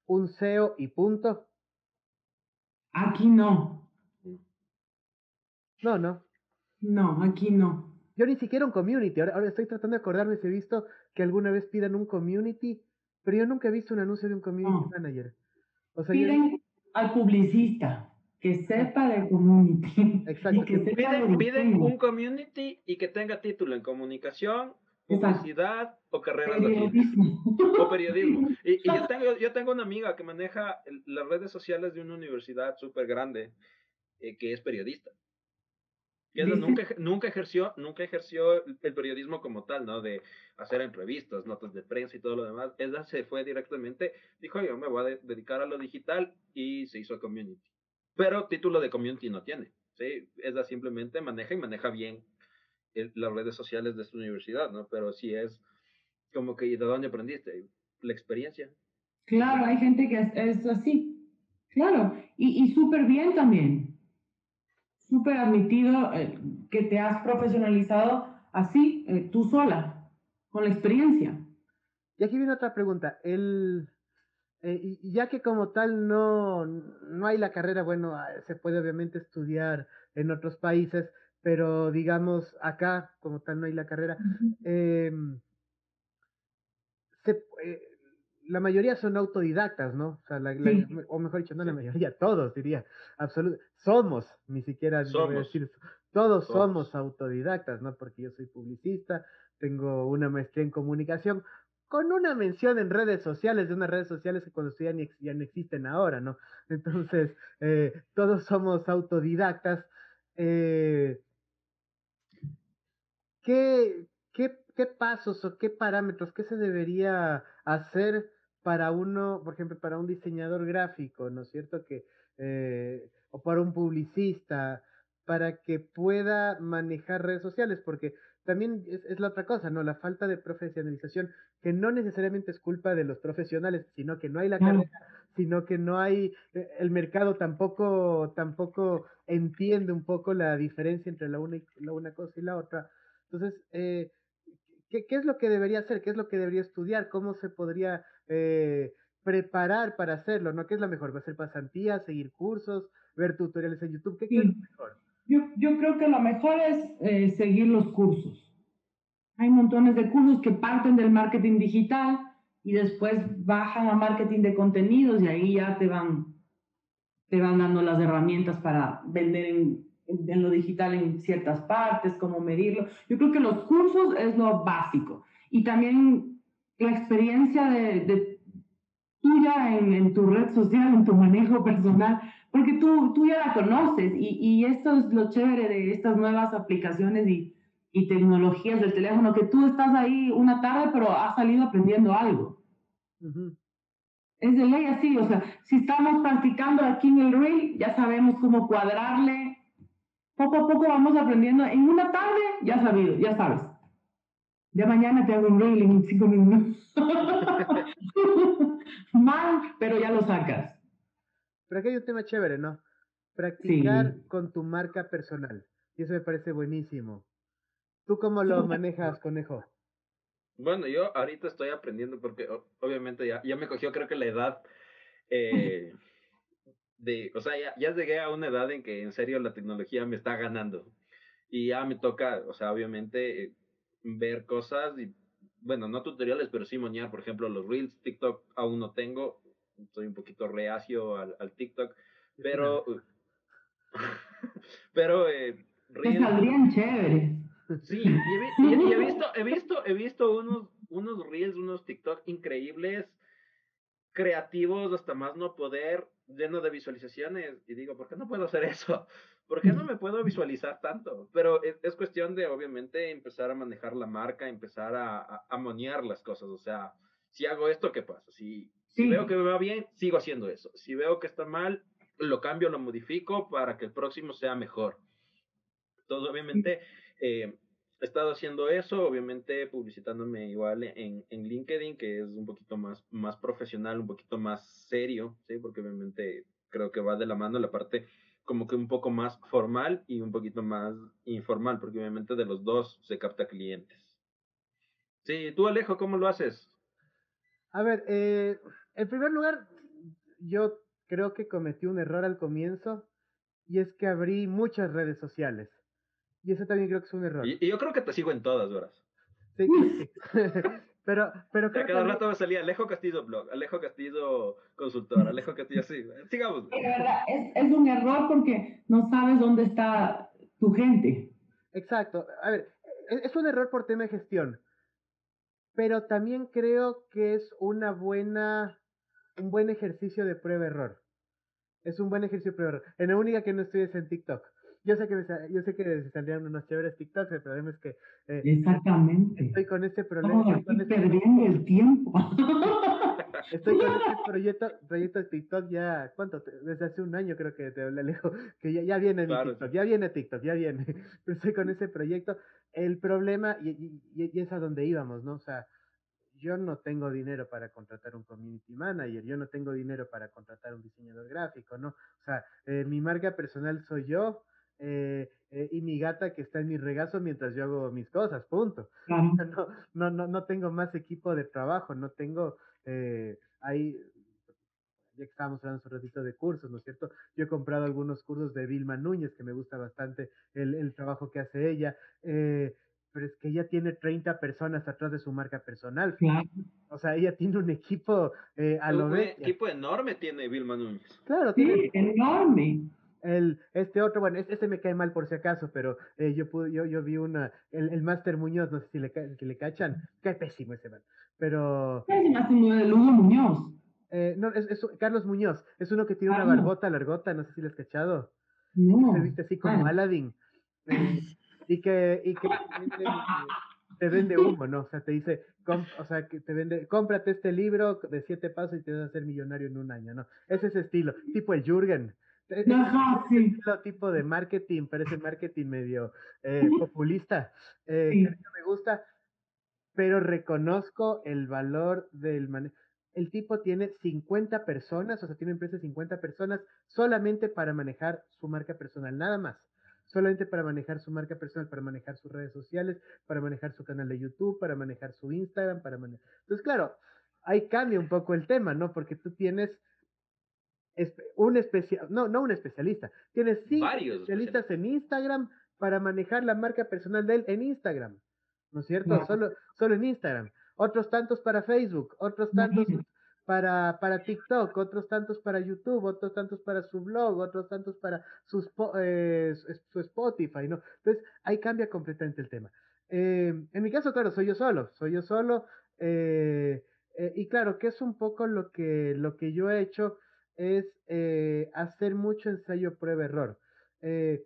un S E O y punto? Aquí no. No, no. No, aquí no. Yo ni siquiera un community. Ahora, ahora estoy tratando de acordarme si he visto que alguna vez pidan un community, pero yo nunca he visto un anuncio de un community No. manager. O sea, yo he visto... Piden al publicista que Ajá, sepa de community y exacto, que que sepa de Piden, piden diseño. un community y que tenga título en comunicación, Exacto. publicidad o carreras afines. Periodismo. O periodismo. Y, y yo, tengo, yo tengo una amiga que maneja el- las redes sociales de una universidad súper grande, eh, que es periodista. Que ella ¿Viste? nunca, ej- nunca ejerció, nunca ejerció el el periodismo como tal, ¿no? De hacer entrevistas, notas de prensa y todo lo demás. Ella se fue directamente, dijo, yo me voy a de- dedicar a lo digital y se hizo community. Pero título de community no tiene, ¿sí? Ella simplemente maneja y maneja bien el- las redes sociales de su universidad, ¿no? Pero sí es como que, ¿y de dónde aprendiste? La experiencia. Es lo Claro, que... hay gente que es, es así. Claro. Y, y súper bien también. Súper admitido eh, que te has profesionalizado así, eh, tú sola, con la experiencia. Y aquí viene otra pregunta. El, eh, y- y ya que como tal no, no hay la carrera, bueno, ah, se puede obviamente estudiar en otros países, pero digamos acá como tal no hay la carrera. em, se, eh, la mayoría son autodidactas, ¿no? O sea, la- la- Sí, o mejor dicho, no la Sí, mayoría, todos diría, absolutamente, somos, ni siquiera le voy a somos, decir, todos somos somos. autodidactas, ¿no? Porque yo soy publicista, tengo una maestría en comunicación, con una mención en redes sociales, de unas redes sociales que cuando estudian ya, ya no existen ahora, ¿no? Entonces, eh, todos somos autodidactas. Eh, ¿Qué, qué, qué pasos o qué parámetros, qué se debería hacer para uno, por ejemplo, para un diseñador gráfico, ¿no es cierto? Que, eh, o para un publicista, para que pueda manejar redes sociales, porque también es, es la otra cosa, ¿no? La falta de profesionalización, que no necesariamente es culpa de los profesionales, sino que no hay la claro. carrera, sino que no hay, eh, el mercado tampoco, tampoco entiende un poco la diferencia entre la una, y- la una cosa y la otra. Entonces, eh, ¿qué, ¿qué, es lo que debería hacer? ¿Qué es lo que debería estudiar? ¿Cómo se podría eh, preparar para hacerlo? ¿No? ¿Qué es lo mejor? ¿Va a ser pasantía, seguir cursos, ver tutoriales en YouTube? ¿Qué, qué es lo Sí, mejor? yo, yo creo que lo mejor es eh, seguir los cursos. Hay montones de cursos que parten del marketing digital y después bajan a marketing de contenidos y ahí ya te van, te van dando las herramientas para vender en, en, en lo digital en ciertas partes, cómo medirlo. Yo creo que los cursos es lo básico y también la experiencia de, de tuya en, en, tu red social, en tu manejo personal, porque tú, tú ya la conoces y, y esto es lo chévere de estas nuevas aplicaciones y, y tecnologías del teléfono, que tú estás ahí una tarde, pero has salido aprendiendo algo. Uh -huh. Es de ley así, o sea, si estamos practicando aquí en el reel, ya sabemos cómo cuadrarle, poco a poco vamos aprendiendo, en una tarde ya sabido, ya sabes. Ya mañana te hago un reel en cinco minutos. Mal, pero ya lo sacas. Pero aquí hay un tema chévere, ¿no? Practicar Sí. con tu marca personal. Y eso me parece buenísimo. ¿Tú cómo lo manejas, conejo? Bueno, yo ahorita estoy aprendiendo porque o- obviamente ya, ya me cogió creo que la edad eh, de, o sea, ya, ya llegué a una edad en que en serio la tecnología me está ganando. Y ya me toca, o sea, obviamente eh, ver cosas y, bueno, no tutoriales, pero sí moñar, por ejemplo, los Reels, TikTok aún no tengo, soy un poquito reacio al, al TikTok, pero, pero eh, Te Reels, saldrían chéveres. sí, y he, vi- y- y he visto, he visto, he visto unos, unos Reels, unos TikTok increíbles, creativos hasta más no poder, lleno de visualizaciones. Y digo, ¿por qué no puedo hacer eso? ¿Por qué no me puedo visualizar tanto? Pero es, es cuestión de, obviamente, empezar a manejar la marca, empezar a, a, a monear las cosas. O sea, si hago esto, ¿qué pasa? Si, si veo que Sí, me va bien, sigo haciendo eso. Si veo que está mal, lo cambio, lo modifico para que el próximo sea mejor. Entonces, obviamente, eh, he estado haciendo eso, obviamente publicitándome igual en, en LinkedIn, que es un poquito más, más profesional, un poquito más serio, ¿sí? Porque obviamente creo que va de la mano la parte como que un poco más formal y un poquito más informal, porque obviamente de los dos se capta clientes. Sí, tú Alejo, ¿cómo lo haces? A ver, eh, en primer lugar, yo creo que cometí un error al comienzo y es que abrí muchas redes sociales. Y eso también creo que es un error. Y, y yo creo que te sigo en todas horas. Sí, sí. Pero, pero Y a creo cada también, rato me salía Alejo Castillo Blog, Alejo Castillo Consultor, Alejo Castillo así. Sigamos. De verdad, es, es un error porque no sabes dónde está tu gente. exacto. A ver, es, es un error por tema de gestión, pero también creo que es una buena, un buen ejercicio de prueba-error. Es un buen ejercicio de prueba-error. En la única que no estoy es en TikTok. Yo sé que me, sa- yo sé que se saldrían unos chéveres TikToks, el problema es que eh, Exactamente. estoy con este problema, Estamos estoy aquí con este perdiendo el tiempo. Estoy con este proyecto, proyecto de TikTok ya, ¿cuánto? Desde hace un año creo que te alejo, que ya, ya viene mi Claro, sí. TikTok, ya viene TikTok, ya viene. Pero estoy con ese proyecto. El problema, y, y, y es a donde íbamos, ¿no? O sea, yo no tengo dinero para contratar un community manager, yo no tengo dinero para contratar un diseñador gráfico, ¿no? O sea, eh, mi marca personal soy yo, eh, eh, y mi gata que está en mi regazo mientras yo hago mis cosas, punto. Claro. No, no, no, no tengo más equipo de trabajo, no tengo eh, ahí, ya que estábamos hablando hace un ratito de cursos, ¿no es cierto? Yo he comprado algunos cursos de Vilma Núñez, que me gusta bastante el, el trabajo que hace ella, eh, pero es que ella tiene treinta personas atrás de su marca personal. Claro. O sea, ella tiene un equipo eh, a Un, lo un bestia. equipo enorme tiene Vilma Núñez. Claro, tiene Sí, enorme. el, este otro, bueno, este, este me cae mal por si acaso, pero eh, yo, pude, yo, yo vi una, el, el Master Muñoz, no sé si le, si le cachan, cae pésimo ese man, pero Es más como de Lugo Muñoz. eh, no, es, es Carlos Muñoz, es uno que tiene una Ah, no. barbota largota, no sé si le has cachado, que se No. viste así como Bueno. Aladdin, eh, y que, y que te vende, eh, te vende humo, ¿no? O sea, te dice, com, o sea, que te vende, cómprate este libro de siete pasos y te vas a hacer millonario en un año, ¿no? Es ese estilo, tipo el Jürgen. Es, es Ajá, ese sí. estilo tipo de marketing, pero ese marketing medio eh, populista, eh, que a mí Sí. no me gusta, pero reconozco el valor del manejo. El tipo tiene cincuenta personas, o sea, tiene empresa de cincuenta personas solamente para manejar su marca personal, nada más. Solamente para manejar su marca personal, para manejar sus redes sociales, para manejar su canal de YouTube, para manejar su Instagram, para manejar... Entonces, claro, ahí cambia un poco el tema, ¿no? Porque tú tienes un especial, no, no un especialista, tienes cinco Varios especialistas especialistas. en Instagram para manejar la marca personal de él en Instagram, ¿no es cierto? Claro. Solo, solo en Instagram. Otros tantos para Facebook, otros tantos Imagínate. para, para TikTok, otros tantos para YouTube, otros tantos para su blog, otros tantos para sus, eh, su Spotify, ¿no? Entonces, ahí cambia completamente el tema. Eh, en mi caso, claro, soy yo solo, soy yo solo, eh, eh, y claro, que es un poco lo que, lo que yo he hecho es eh, hacer mucho ensayo prueba-error. Eh,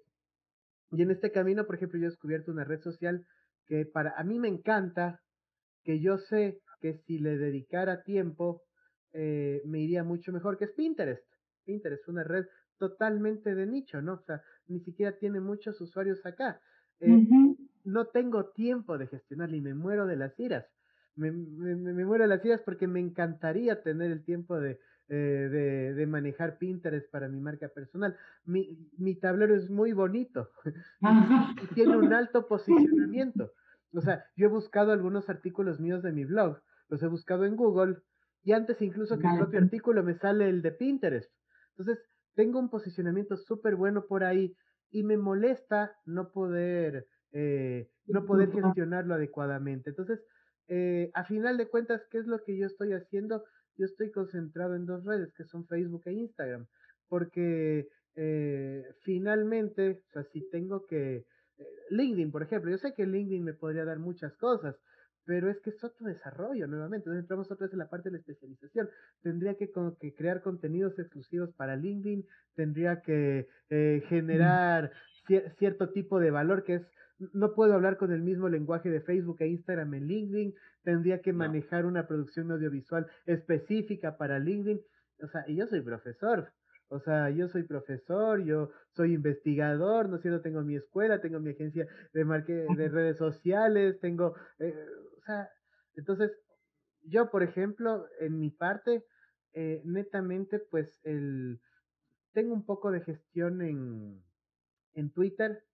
y en este camino, por ejemplo, yo he descubierto una red social que para a mí me encanta, que yo sé que si le dedicara tiempo, eh, me iría mucho mejor, que es Pinterest. Pinterest, una red totalmente de nicho, ¿no? O sea, ni siquiera tiene muchos usuarios acá. Eh, Ujú. no tengo tiempo de gestionarla y me muero de las iras. Me, me, me muero de las iras porque me encantaría tener el tiempo de, eh, de, de, manejar Pinterest para mi marca personal. Mi, mi tablero es muy bonito y, Ajá. y tiene un alto posicionamiento. O sea, yo he buscado algunos artículos míos de mi blog, los he buscado en Google y antes incluso que el Dale. propio artículo me sale el de Pinterest. Entonces, tengo un posicionamiento súper bueno por ahí y me molesta no poder eh, no poder gestionarlo adecuadamente. Entonces, eh, a final de cuentas, ¿qué es lo que yo estoy haciendo? Yo estoy concentrado en dos redes, que son Facebook e Instagram, porque eh, finalmente, o sea, si tengo que... Eh, LinkedIn, por ejemplo, yo sé que LinkedIn me podría dar muchas cosas, pero es que es otro desarrollo nuevamente. Entonces entramos otra vez en la parte de la especialización. Tendría que, como que crear contenidos exclusivos para LinkedIn, tendría que eh, generar cier cierto tipo de valor que es no puedo hablar con el mismo lenguaje de Facebook e Instagram en LinkedIn, tendría que No. manejar una producción audiovisual específica para LinkedIn, o sea, y yo soy profesor, o sea, yo soy profesor, yo soy investigador, ¿no es cierto? Tengo mi escuela, tengo mi agencia de, marque de redes sociales, tengo, eh, o sea, entonces, yo, por ejemplo, en mi parte, eh, netamente, pues, el, tengo un poco de gestión en, en Twitter,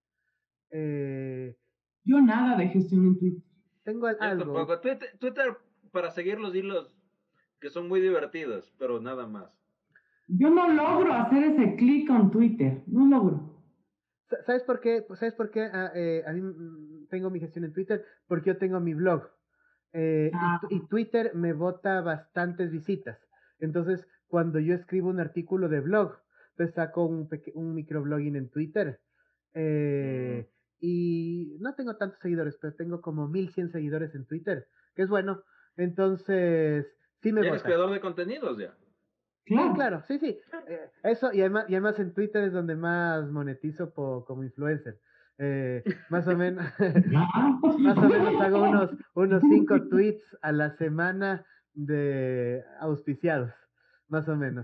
eh, Yo nada de gestión en Twitter. tengo Yo algo. tampoco. Twitter, Twitter para seguir los hilos que son muy divertidos, pero nada más. Yo no logro hacer ese clic con Twitter, no logro. ¿Sabes por qué? Pues, ¿sabes por qué? Ah, eh, a mí mm, tengo mi gestión en Twitter porque yo tengo mi blog. Eh, y, Ah, y Twitter me bota bastantes visitas. Entonces, cuando yo escribo un artículo de blog, pues saco un, peque- un microblogging en Twitter. Mm. eh, y no tengo tantos seguidores, pero tengo como mil cien seguidores en Twitter, que es bueno. Entonces, sí me Ya eres bota. creador de contenidos, ya. Sí, claro. claro, sí, sí. Eh, eso, y además, y además en Twitter es donde más monetizo po- como influencer. Eh, más o menos, Ah. más o menos hago unos, unos cinco tweets a la semana de auspiciados, más o menos.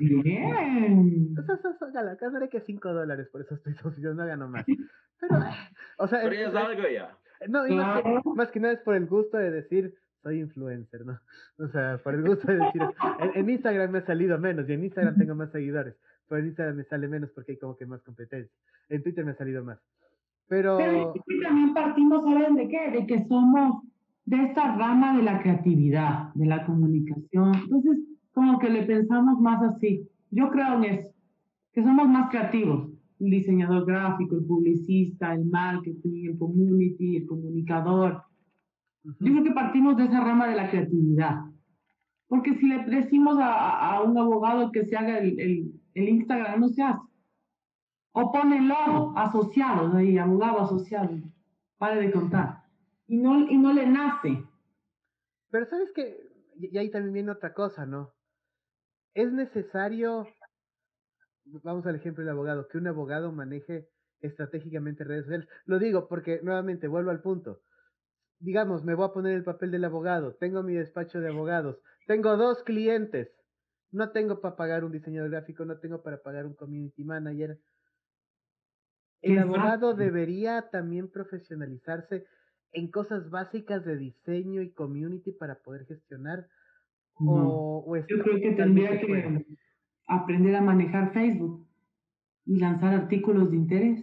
Bien. Eso, eso, eso, gala, casi que cinco dólares por esos tweets auspiciados, no gano más. Pero, eh, o sea, Pero es, ya es, es es- algo ya. no, y más que, Claro. más que nada es por el gusto de decir, soy influencer, ¿no? O sea, por el gusto de decir eso. En, en Instagram me ha salido menos, y en Instagram tengo más seguidores, pero en Instagram me sale menos porque hay como que más competencia. En Twitter me ha salido más. Pero yo Pero, creo que también partimos, ¿saben de qué? De que somos de esta rama de la creatividad, de la comunicación. Entonces, como que le pensamos más así. Yo creo en eso, que somos más creativos. El diseñador gráfico, el publicista, el marketing, el community, el comunicador. Yo ujú, creo que partimos de esa rama de la creatividad. Porque si le decimos a, a un abogado que se haga el, el, el Instagram, no se hace. O pone logo asociados ahí, abogado asociado. Pare de contar. Y no, y no le nace. pero sabes que, y, y ahí también viene otra cosa, ¿no? Es necesario, vamos al ejemplo del abogado, que un abogado maneje estratégicamente redes sociales. Lo digo porque, nuevamente, vuelvo al punto. Digamos, me voy a poner el papel del abogado, tengo mi despacho de abogados, tengo dos clientes, no tengo para pagar un diseñador gráfico, no tengo para pagar un community manager. El abogado Exacto. debería también profesionalizarse en cosas básicas de diseño y community para poder gestionar No. o, o Yo está creo que totalmente tendría fuera. que aprender a manejar Facebook y lanzar artículos de interés.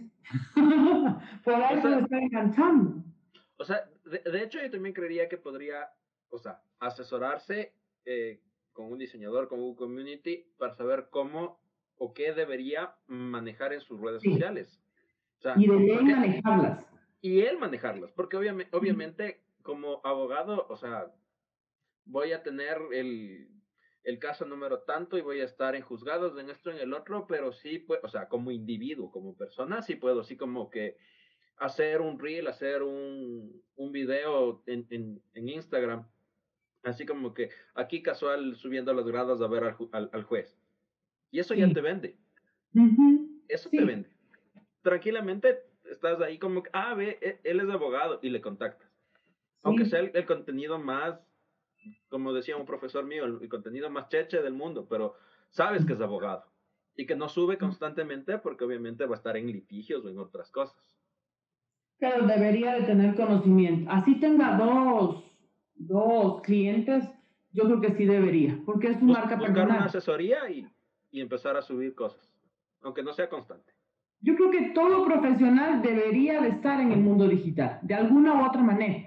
Por O ahí sea, puede estar enganchando. o sea, de, de hecho yo también creería que podría, o sea, asesorarse eh, con un diseñador, con un community, para saber cómo o qué debería manejar en sus redes Sí. sociales. O sea, Y de ley porque, manejarlas. y él manejarlas, porque obviamente, obviamente como abogado, o sea, voy a tener el, el caso número tanto y voy a estar en juzgados en esto, en el otro, pero sí, pues, o sea, como individuo, como persona, sí puedo, sí como que hacer un reel, hacer un, un video en, en, en Instagram, así como que aquí casual subiendo las gradas a ver al, al, al juez. Y eso ya Sí. te vende, Ujú. eso te Sí. vende. Tranquilamente estás ahí como que, ah, ve, e, él es abogado y le contactas. Aunque sea Sí. el, el contenido más, como decía un profesor mío, el, el contenido más cheche del mundo, pero sabes que es abogado y que no sube constantemente porque obviamente va a estar en litigios o en otras cosas. Pero debería de tener conocimiento. Así tenga dos, dos clientes, yo creo que sí debería, porque es su Bus- marca buscar una personal. asesoría y, y empezar a subir cosas, aunque no sea constante. Yo creo que todo profesional debería de estar en el mundo digital, de alguna u otra manera.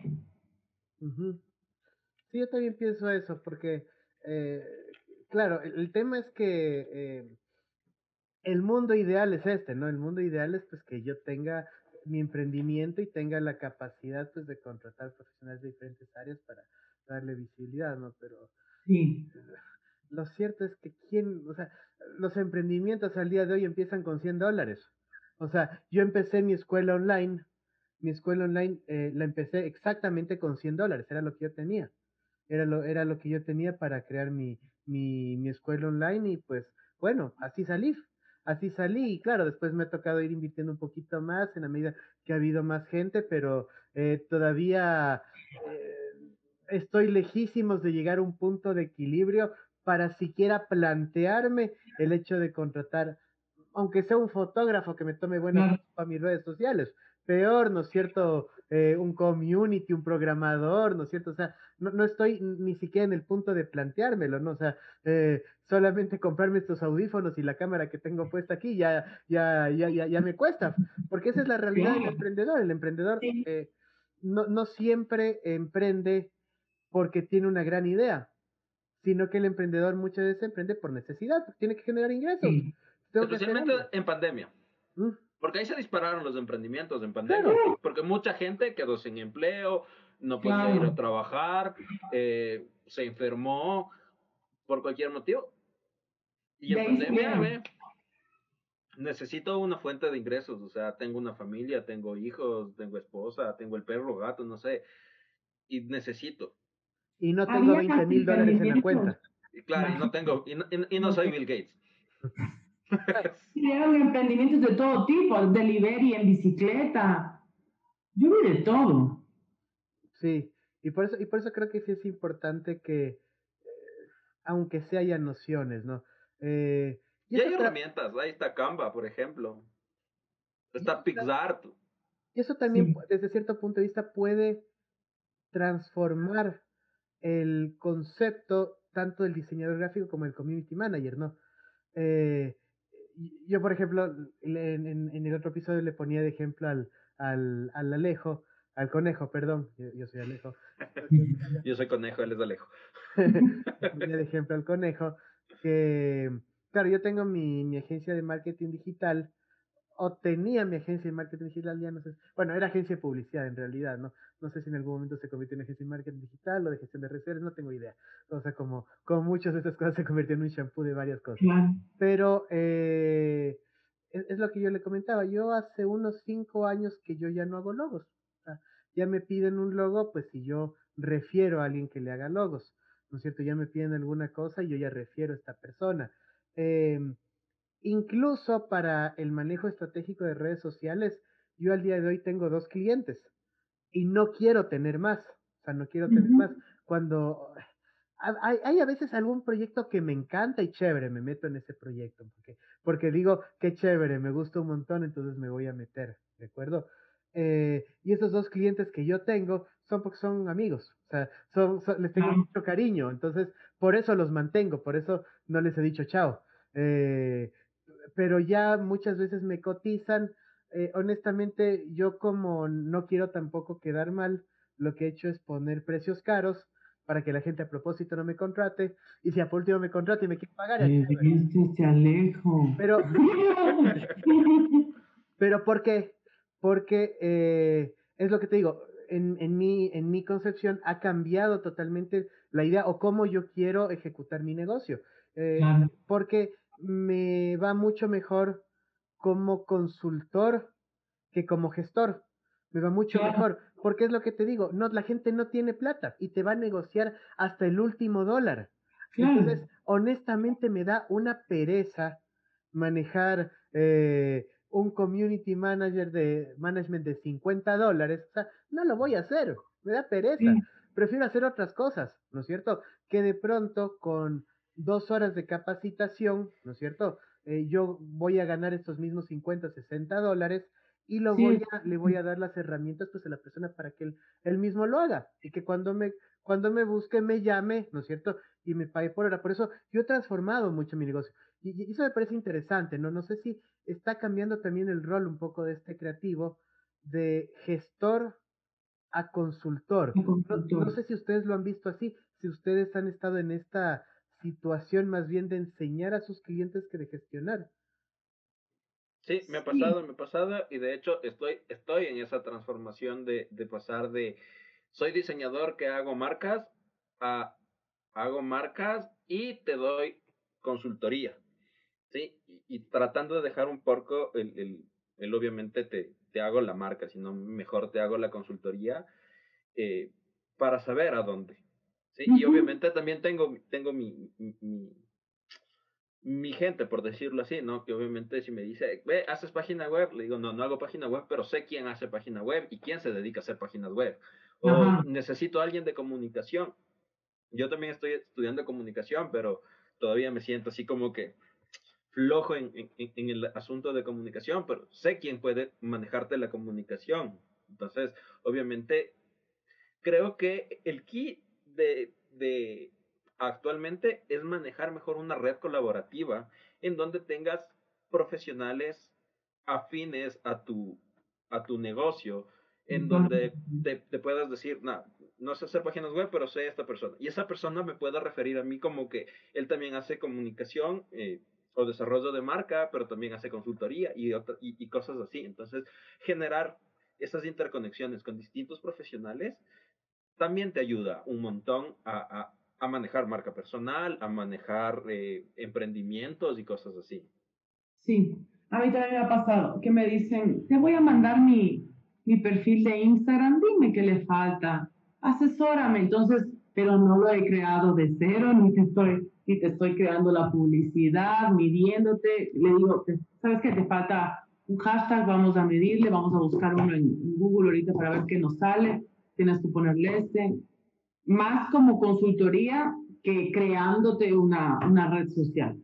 Ujú. Sí, yo también pienso eso, porque, eh, claro, el, el tema es que eh, el mundo ideal es este, ¿no? El mundo ideal es pues que yo tenga mi emprendimiento y tenga la capacidad pues de contratar profesionales de diferentes áreas para darle visibilidad, ¿no? Pero Sí. lo cierto es que quién, o sea, los emprendimientos al día de hoy empiezan con cien dólares. O sea, yo empecé mi escuela online, mi escuela online eh, la empecé exactamente con cien dólares, era lo que yo tenía. Era lo, era lo que yo tenía para crear mi, mi, mi escuela online y pues bueno, así salí. Así salí y claro, después me ha tocado ir invirtiendo un poquito más en la medida que ha habido más gente, pero eh, todavía eh, estoy lejísimos de llegar a un punto de equilibrio para siquiera plantearme el hecho de contratar, aunque sea un fotógrafo que me tome buenas Claro. fotos para mis redes sociales. Peor, ¿no es cierto? Eh, un community, un programador, ¿no es cierto? O sea, no, no estoy ni siquiera en el punto de planteármelo, ¿no? O sea, eh, solamente comprarme estos audífonos y la cámara que tengo puesta aquí ya, ya, ya, ya, ya me cuesta, porque esa es la realidad del Claro. emprendedor. El emprendedor Sí. eh, no, no siempre emprende porque tiene una gran idea, sino que el emprendedor muchas veces emprende por necesidad, porque tiene que generar ingresos. Sí. Tengo que hacer Especialmente algo. en pandemia. Mm, Porque ahí se dispararon los emprendimientos en pandemia. Claro, Porque mucha gente quedó sin empleo, no podía ir a Claro. trabajar, eh, se enfermó por cualquier motivo. Y De en ahí pandemia, salieron. ve, necesito una fuente de ingresos. O sea, tengo una familia, tengo hijos, tengo esposa, tengo el perro, gato, no sé. Y necesito. y no tengo Había veinte mil dólares en la emprendimientos, cuenta. Y claro, y no imagínate. tengo, y no, y- y no soy Bill Gates. Había emprendimientos de todo tipo, delivery en bicicleta. Yo vi de todo. Sí, y por eso, y por eso creo que sí es importante que, aunque sea haya nociones, ¿no? Eh, y Y eso, hay ta- herramientas. Ahí está Canva, por ejemplo. Está PixArt. y eso también, Sí, pu- desde cierto punto de vista, puede transformar el concepto tanto del diseñador gráfico como el community manager, ¿no? Eh, yo, por ejemplo, en, en- en el otro episodio le ponía de ejemplo al, al, al Alejo, al conejo, perdón, yo, yo soy Alejo. Yo soy conejo, él es Alejo. Le ponía de ejemplo al conejo, que, claro, yo tengo mi, mi agencia de marketing digital, o tenía mi agencia de marketing digital, ya no sé, bueno, era agencia de publicidad en realidad, ¿no? No sé si en algún momento se convirtió en agencia de marketing digital o de gestión de redes, no tengo idea. O sea, como, como muchas de esas cosas se convirtió en un shampoo de varias cosas. claro. Pero eh, es, es lo que yo le comentaba, yo hace unos cinco años que yo ya no hago logos. O sea, ya me piden un logo, pues si yo refiero a alguien que le haga logos, ¿no es cierto? Ya me piden alguna cosa y yo ya refiero a esta persona. Eh, Incluso para el manejo estratégico de redes sociales, yo al día de hoy tengo dos clientes y no quiero tener más. O sea, no quiero tener más. Ujú. Cuando hay, hay a veces algún proyecto que me encanta y chévere, me meto en ese proyecto, porque, porque digo, qué chévere, me gusta un montón, entonces me voy a meter, ¿de acuerdo? Eh, y esos dos clientes que yo tengo son porque son amigos, o sea, son, son- les tengo Claro. mucho cariño, entonces por eso los mantengo, por eso no les he dicho chao. Eh, pero ya muchas veces me cotizan. Eh, honestamente, yo como no quiero tampoco quedar mal, lo que he hecho es poner precios caros para que la gente a propósito no me contrate. Y si a por último me contrate y me quiere pagar, ya Qué chévere. bestia este Alejo. Pero, pero ¿por qué? Porque eh, es lo que te digo, en, en, mi, en mi concepción ha cambiado totalmente la idea o cómo yo quiero ejecutar mi negocio. Eh, Claro, Porque me va mucho mejor como consultor que como gestor. Me va mucho claro, mejor. Porque es lo que te digo, no, la gente no tiene plata y te va a negociar hasta el último dólar. Entonces, claro. honestamente me da una pereza manejar eh, un community manager de management de cincuenta dólares. O sea, no lo voy a hacer. Me da pereza. Sí, Prefiero hacer otras cosas, ¿no es cierto? Que de pronto con dos horas de capacitación, ¿no es cierto? Eh, yo voy a ganar estos mismos cincuenta, sesenta dólares y lo sí, voy a, le voy exacto. a dar las herramientas pues a la persona para que él, él mismo lo haga y que cuando me, cuando me busque me llame, ¿no es cierto? Y me pague por hora. Por eso yo he transformado mucho mi negocio. Y, y eso me parece interesante, ¿no? No sé si está cambiando también el rol un poco de este creativo de gestor a consultor. El No, no consultor. sé si ustedes lo han visto así, si ustedes han estado en esta situación más bien de enseñar a sus clientes que de gestionar. Sí, me ha Sí, pasado, me ha pasado y de hecho estoy, estoy en esa transformación de, de pasar de soy diseñador que hago marcas a hago marcas y te doy consultoría, ¿sí? Y, y tratando de dejar un poco el, el, el obviamente te, te hago la marca, sino mejor te hago la consultoría eh, para saber a dónde, ¿sí? Y ujú, obviamente también tengo, tengo mi, mi, mi mi gente, por decirlo así, ¿no? Que obviamente si me dice, ve, ¿haces página web? Le digo, no, no hago página web, pero sé quién hace página web y quién se dedica a hacer páginas web. O ajá, necesito a alguien de comunicación. Yo también estoy estudiando comunicación, pero todavía me siento así como que flojo en, en, en el asunto de comunicación, pero sé quién puede manejarte la comunicación. Entonces, obviamente, creo que el key de, de actualmente es manejar mejor una red colaborativa en donde tengas profesionales afines a tu, a tu negocio, en exacto. donde te, te puedas decir, no, no sé hacer páginas web, pero sé esta persona. Y esa persona me puede referir a mí como que él también hace comunicación eh, o desarrollo de marca, pero también hace consultoría y, otra, y, y cosas así. Entonces, generar esas interconexiones con distintos profesionales también te ayuda un montón a, a, a manejar marca personal, a manejar eh, emprendimientos y cosas así. Sí, a mí también me ha pasado que me dicen, te voy a mandar mi, mi perfil de Instagram, dime qué le falta, asesórame. Entonces, pero no lo he creado de cero, ni te estoy, ni te estoy creando la publicidad, midiéndote. Le digo, ¿sabes qué? Te falta un hashtag, vamos a medirle, vamos a buscar uno en, en Google ahorita para ver qué nos sale. Tienes que ponerle este. Más como consultoría que creándote una, una red social.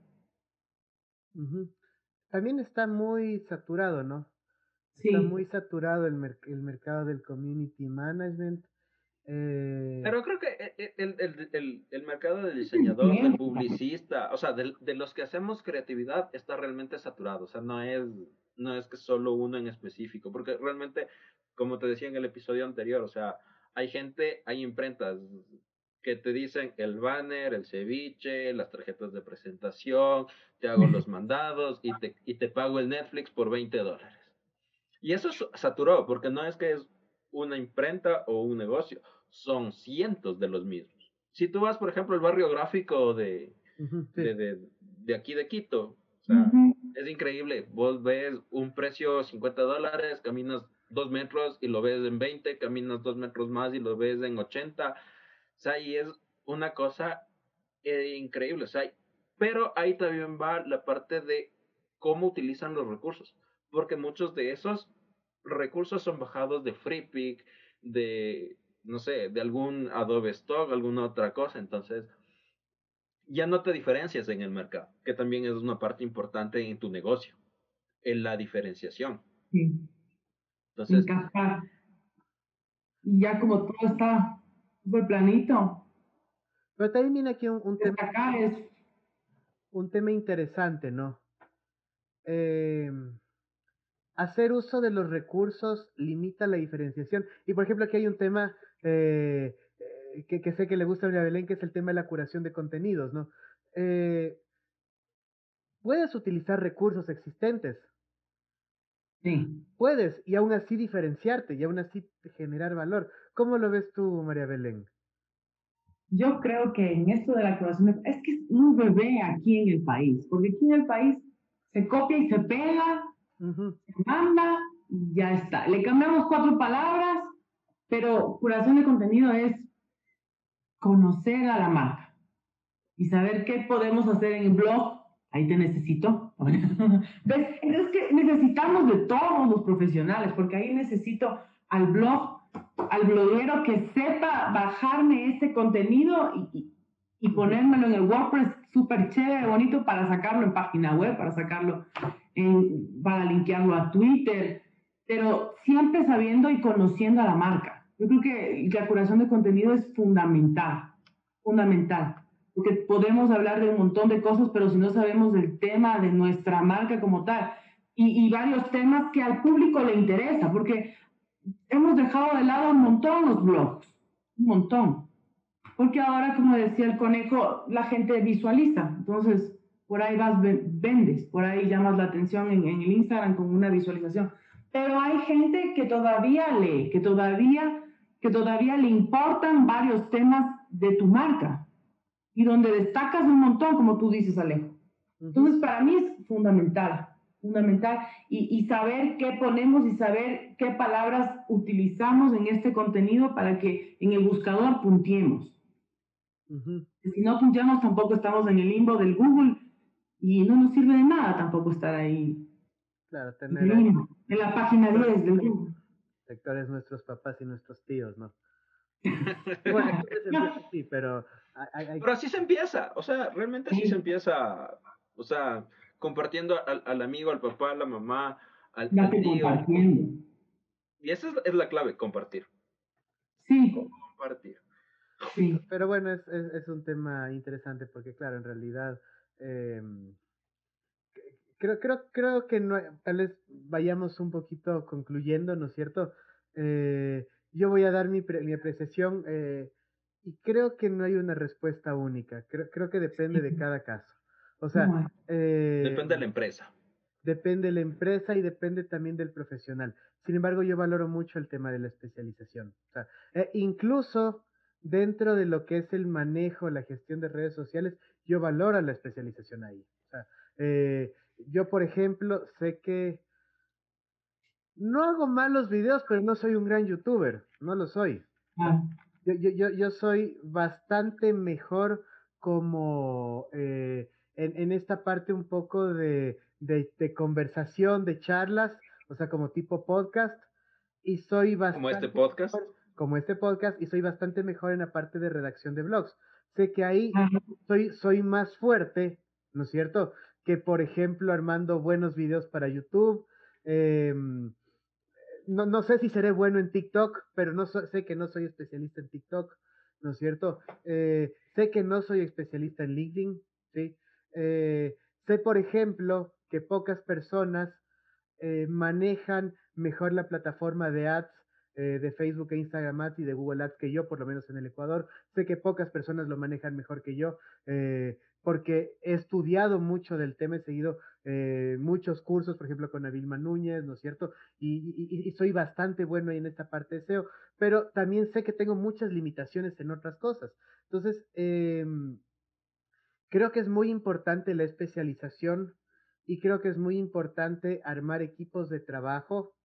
Ujú. También está muy saturado, ¿no? Está Sí. muy saturado el, mer- el mercado del community management. Eh, Pero creo que e, e, el, el, el, el mercado del diseñador, del Entiendo. publicista, o sea, de, de los que hacemos creatividad está realmente saturado. O sea, no es, no es que solo uno en específico, porque realmente, como te decía en el episodio anterior, o sea, hay gente, hay imprentas que te dicen el banner, el ceviche, las tarjetas de presentación, te hago los mandados y te, y te pago el Netflix por veinte dólares. Y eso saturó, porque no es que es una imprenta o un negocio, son cientos de los mismos. Si tú vas, por ejemplo, al barrio gráfico de, ujú, de, sí. de, de aquí de Quito, o sea, Ujú. es increíble. Vos ves un precio cincuenta dólares, caminas dos metros y lo ves en veinte, caminas dos metros más y lo ves en ochenta. O sea, y es una cosa eh, increíble. O sea, pero ahí también va la parte de cómo utilizan los recursos, porque muchos de esos recursos son bajados de FreePic, de, no sé, de algún Adobe Stock, alguna otra cosa. Entonces, ya no te diferencias en el mercado, que también es una parte importante en tu negocio, en la diferenciación. Sí, Entonces, encajar. Y ya como todo está súper planito, Pero también viene aquí un, un tema, destacar es, un tema interesante, ¿no? Eh, hacer uso de los recursos limita la diferenciación. Y por ejemplo, aquí hay un tema eh, eh, que, que sé que le gusta a María Belén, que es el tema de la curación de contenidos, ¿no? Eh, puedes utilizar recursos existentes, sí. puedes, y aún así diferenciarte, y aún así generar valor. ¿Cómo lo ves tú, María Belén? Yo creo que en esto de la curación, de- es que es un bebé aquí en el país, porque aquí en el país se copia y se pega, Ujú, se manda y ya está. Le cambiamos cuatro palabras, pero curación de contenido es conocer a la marca y saber qué podemos hacer en el blog. Ahí te necesito. ¿Ves? Es que necesitamos de todos los profesionales, porque ahí necesito al blog, al bloguero que sepa bajarme este contenido y, y, y ujú. ponérmelo en el WordPress súper chévere, bonito, para sacarlo en página web, para sacarlo, en, para linkearlo a Twitter, pero siempre sabiendo y conociendo a la marca. Yo creo que la curación de contenido es fundamental, fundamental, porque podemos hablar de un montón de cosas, pero si no sabemos del tema de nuestra marca como tal, y, y varios temas que al público le interesa, porque hemos dejado de lado un montón los blogs, un montón, porque ahora, como decía el conejo, la gente visualiza, entonces por ahí vas, vendes, por ahí llamas la atención en, en el Instagram con una visualización, pero hay gente que todavía lee, que todavía, que todavía le importan varios temas de tu marca, y donde destacas un montón, como tú dices, Alejo. Ujú. Entonces, para mí es fundamental, fundamental, y, y saber qué ponemos y saber qué palabras utilizamos en este contenido para que en el buscador puntiemos. Ujú. Si no punteamos, tampoco estamos en el limbo del Google y no nos sirve de nada tampoco estar ahí Claro, en tener el ahí limbo, en la página lectores, diez del Google. lectores nuestros papás y nuestros tíos, ¿no? Y bueno, aquí en ese sentido sí, pero hay, hay, hay- pero así se empieza, o sea, realmente así se Sí, empieza, o sea, compartiendo al, al amigo, al papá, a la mamá, al, al date tío. compartiendo. Y esa es, es la clave, compartir. Sí, Compartir. sí. pero bueno, es, es, es un tema interesante porque, claro, en realidad em, creo, creo, creo que no, tal vez vayamos un poquito concluyendo, ¿no es cierto? Eh, yo voy a dar mi, pre- mi apreciación eh, y creo que no hay una respuesta única. Creo, creo que depende de Sí. cada caso. O sea, Bueno, eh, Depende de la empresa. depende de la empresa y depende también del profesional. Sin embargo, yo valoro mucho el tema de la especialización. O sea, eh, incluso dentro de lo que es el manejo, la gestión de redes sociales, yo valoro la especialización ahí. O sea, eh, yo, por ejemplo, sé que no hago malos videos, pero no soy un gran youtuber, no lo soy. O sea, claro. yo, yo, yo, yo soy bastante mejor como eh, en, en esta parte un poco de, de, de conversación, de charlas, o sea, como tipo podcast, y soy Como este bastante podcast. mejor como este podcast, y soy bastante mejor en la parte de redacción de blogs. Sé que ahí Ajá. soy, soy más fuerte, ¿no es cierto? Que por ejemplo armando buenos videos para YouTube. Eh, no, no sé si seré bueno en TikTok, pero no so- sé que no soy especialista en TikTok, ¿no es cierto? Eh, sé que no soy especialista en LinkedIn, ¿sí? Eh, sé, por ejemplo, que pocas personas eh, manejan mejor la plataforma de ads eh, de Facebook e Instagram Ads y de Google Ads que yo, por lo menos en el Ecuador. Sé que pocas personas lo manejan mejor que yo, eh, porque he estudiado mucho del tema, he seguido eh, muchos cursos, por ejemplo, con Avilma Núñez, ¿no es cierto? Y, y, y, soy bastante bueno ahí en esta parte de S E O, pero también sé que tengo muchas limitaciones en otras cosas. Entonces, eh, creo que es muy importante la especialización y creo que es muy importante armar equipos de trabajo,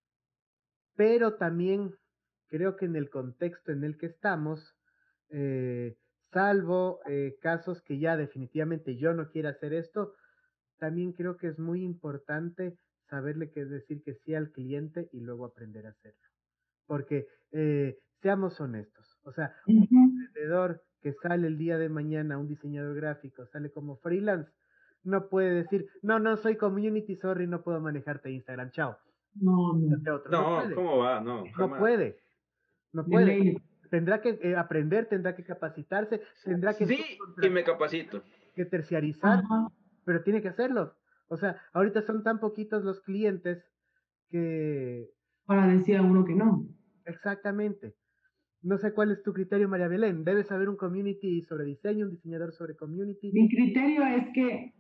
pero también creo que en el contexto en el que estamos, eh, salvo eh, casos que ya definitivamente yo no quiera hacer esto, también creo que es muy importante saberle que es decir que sí al cliente y luego aprender a hacerlo. Porque eh, seamos honestos, o sea, un Ujú. emprendedor que sale el día de mañana, un diseñador gráfico, sale como freelance, no puede decir, no, no soy community, sorry, no puedo manejarte Instagram, chao. No, no, Búscate otro. No No, puede, ¿cómo va? No, no jamás. puede, no de puede. ley. Tendrá que eh, aprender, tendrá que capacitarse, tendrá que Sí, y me subcontratar, capacito. que terciarizar, Ajá. pero tiene que hacerlo. O sea, ahorita son tan poquitos los clientes que Para decir a uno que no. exactamente. No sé cuál es tu criterio, María Belén. Debes saber un community sobre diseño, un diseñador sobre community. Mi criterio es que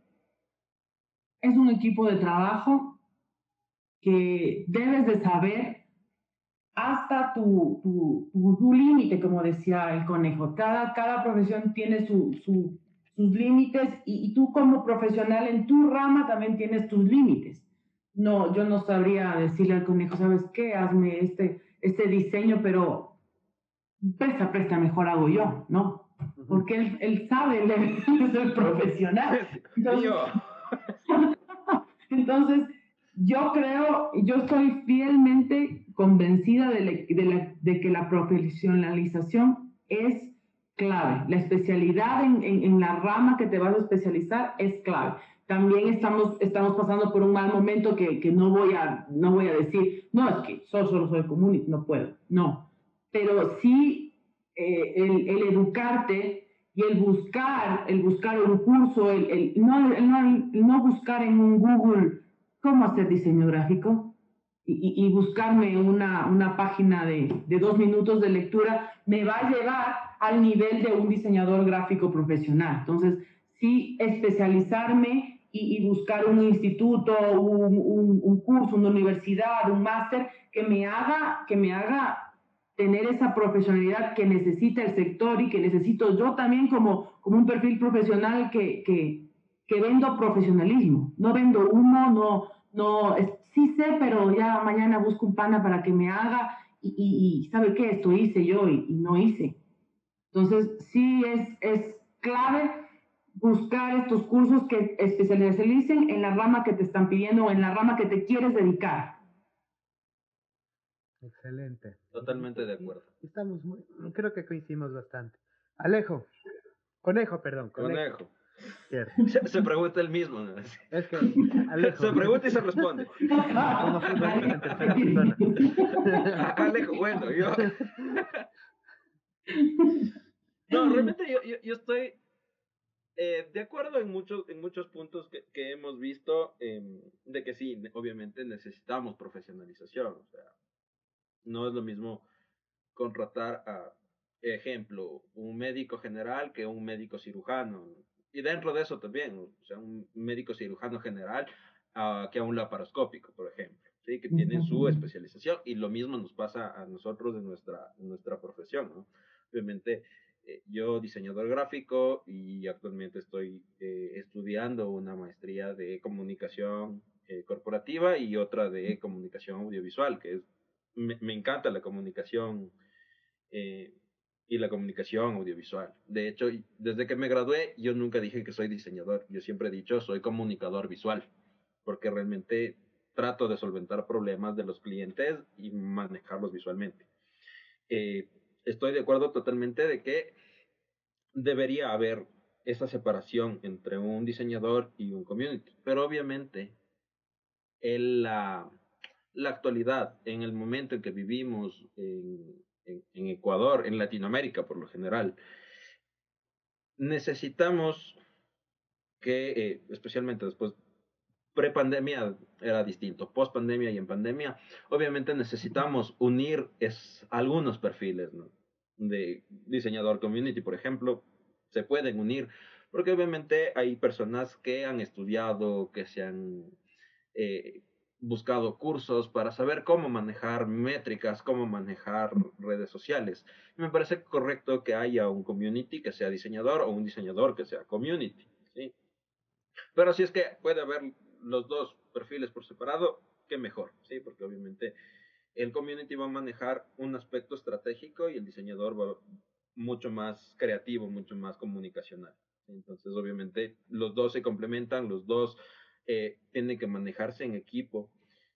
es un equipo de trabajo que debes de saber hasta tu, tu, tu, tu límite, como decía el conejo. Cada, cada profesión tiene su, su, sus límites y, y tú como profesional en tu rama también tienes tus límites. No, yo no sabría decirle al conejo, ¿sabes qué? Hazme este, este diseño, pero presta, presta, mejor hago yo, ¿no? Ujú. Porque él, él sabe, él es el profesional. Entonces, Mío. entonces, yo creo, yo estoy fielmente convencida de, le, de, la, de que la profesionalización es clave. La especialidad en, en, en, la rama que te vas a especializar es clave. También estamos, estamos pasando por un mal momento que, que no, voy a, no voy a decir, no, es que solo, solo soy community, no puedo. No. Pero sí eh, el, el educarte y el buscar, el buscar un curso, el, el, no, el, no, el no buscar en un Google cómo hacer diseño gráfico y, y buscarme una, una página de, de dos minutos de lectura, me va a llevar al nivel de un diseñador gráfico profesional. Entonces, sí, especializarme y, y buscar un instituto, un, un, un curso, una universidad, un máster que me haga, que me haga tener esa profesionalidad que necesita el sector y que necesito yo también como, como un perfil profesional que, que, que vendo profesionalismo, no vendo humo, no, no, es, sí sé, pero ya mañana busco un pana para que me haga y, y, y ¿sabe qué? Esto hice yo y, y no hice. Entonces, sí es, es clave buscar estos cursos que especialicen en la rama que te están pidiendo o en la rama que te quieres dedicar. Excelente. Totalmente de acuerdo. Estamos muy, creo que coincidimos bastante. Alejo, conejo, perdón, conejo. Conejo. Cierto. Se, se pregunta el mismo, ¿no? Es que Alejo. Se pregunta y se responde. Como futbolista en tercera persona. Acá Alejo, bueno, yo. No, realmente yo, yo, yo estoy eh, de acuerdo en muchos, en muchos puntos que, que hemos visto, eh, de que sí, obviamente necesitamos profesionalización. O sea, no es lo mismo contratar a, ejemplo, un médico general que un médico cirujano. Y dentro de eso también, o sea, un médico cirujano general uh, que a un laparoscópico, por ejemplo, ¿sí? Que tienen su especialización. Y lo mismo nos pasa a nosotros en nuestra, en nuestra profesión, ¿no? Obviamente, eh, yo diseñador gráfico y actualmente estoy eh, estudiando una maestría de comunicación eh, corporativa y otra de comunicación audiovisual, que es, me, me encanta la comunicación eh, y la comunicación audiovisual. De hecho, desde que me gradué, yo nunca dije que soy diseñador. Yo siempre he dicho soy comunicador visual, porque realmente trato de solventar problemas de los clientes y manejarlos visualmente. Eh, estoy de acuerdo totalmente de que debería haber esa separación entre un diseñador y un community, pero obviamente en la, la actualidad, en el momento en que vivimos en, en, en Ecuador, en Latinoamérica por lo general, necesitamos que, eh, especialmente después, pre-pandemia era distinto, post-pandemia y en pandemia, obviamente necesitamos unir es, algunos perfiles, ¿no? De diseñador community, por ejemplo, se pueden unir, porque obviamente hay personas que han estudiado, que se han eh, buscado cursos para saber cómo manejar métricas, cómo manejar redes sociales. Y me parece correcto que haya un community que sea diseñador o un diseñador que sea community, ¿sí? Pero si es que puede haber los dos perfiles por separado, qué mejor, ¿sí? Porque obviamente el community va a manejar un aspecto estratégico y el diseñador va mucho más creativo, mucho más comunicacional. Entonces, obviamente, los dos se complementan, los dos eh, tienen que manejarse en equipo.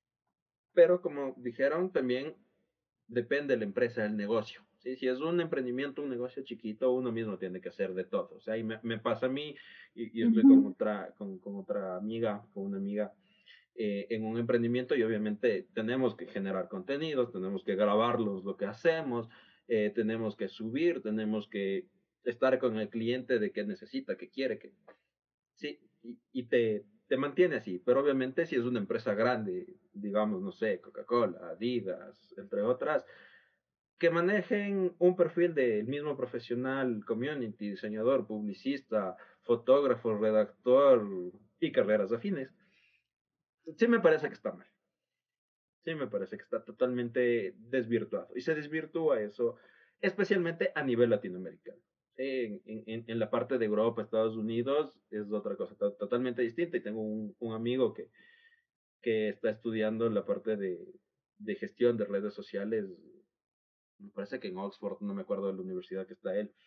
Pero como dijeron, también depende de la empresa, del negocio. ¿Sí? Si es un emprendimiento, un negocio chiquito, uno mismo tiene que hacer de todo. O sea, y me, me pasa a mí, y, y estoy con otra, con, con otra amiga, con una amiga, eh, en un emprendimiento y obviamente tenemos que generar contenidos, tenemos que grabarlos lo que hacemos, eh, tenemos que subir, tenemos que estar con el cliente de qué necesita, qué quiere, que sí, y, y te, te mantiene así, pero obviamente si es una empresa grande, digamos, no sé, Coca-Cola, Adidas, entre otras, que manejen un perfil del mismo profesional, community, diseñador, publicista, fotógrafo, redactor y carreras afines, sí me parece que está mal. Sí me parece que está totalmente desvirtuado. Y se desvirtúa eso, especialmente a nivel latinoamericano. En, en, en la parte de Europa, Estados Unidos, es otra cosa to- totalmente distinta. Y tengo un, un amigo que, que está estudiando la parte de, de gestión de redes sociales, me parece que en Oxford, no me acuerdo de la universidad que está él.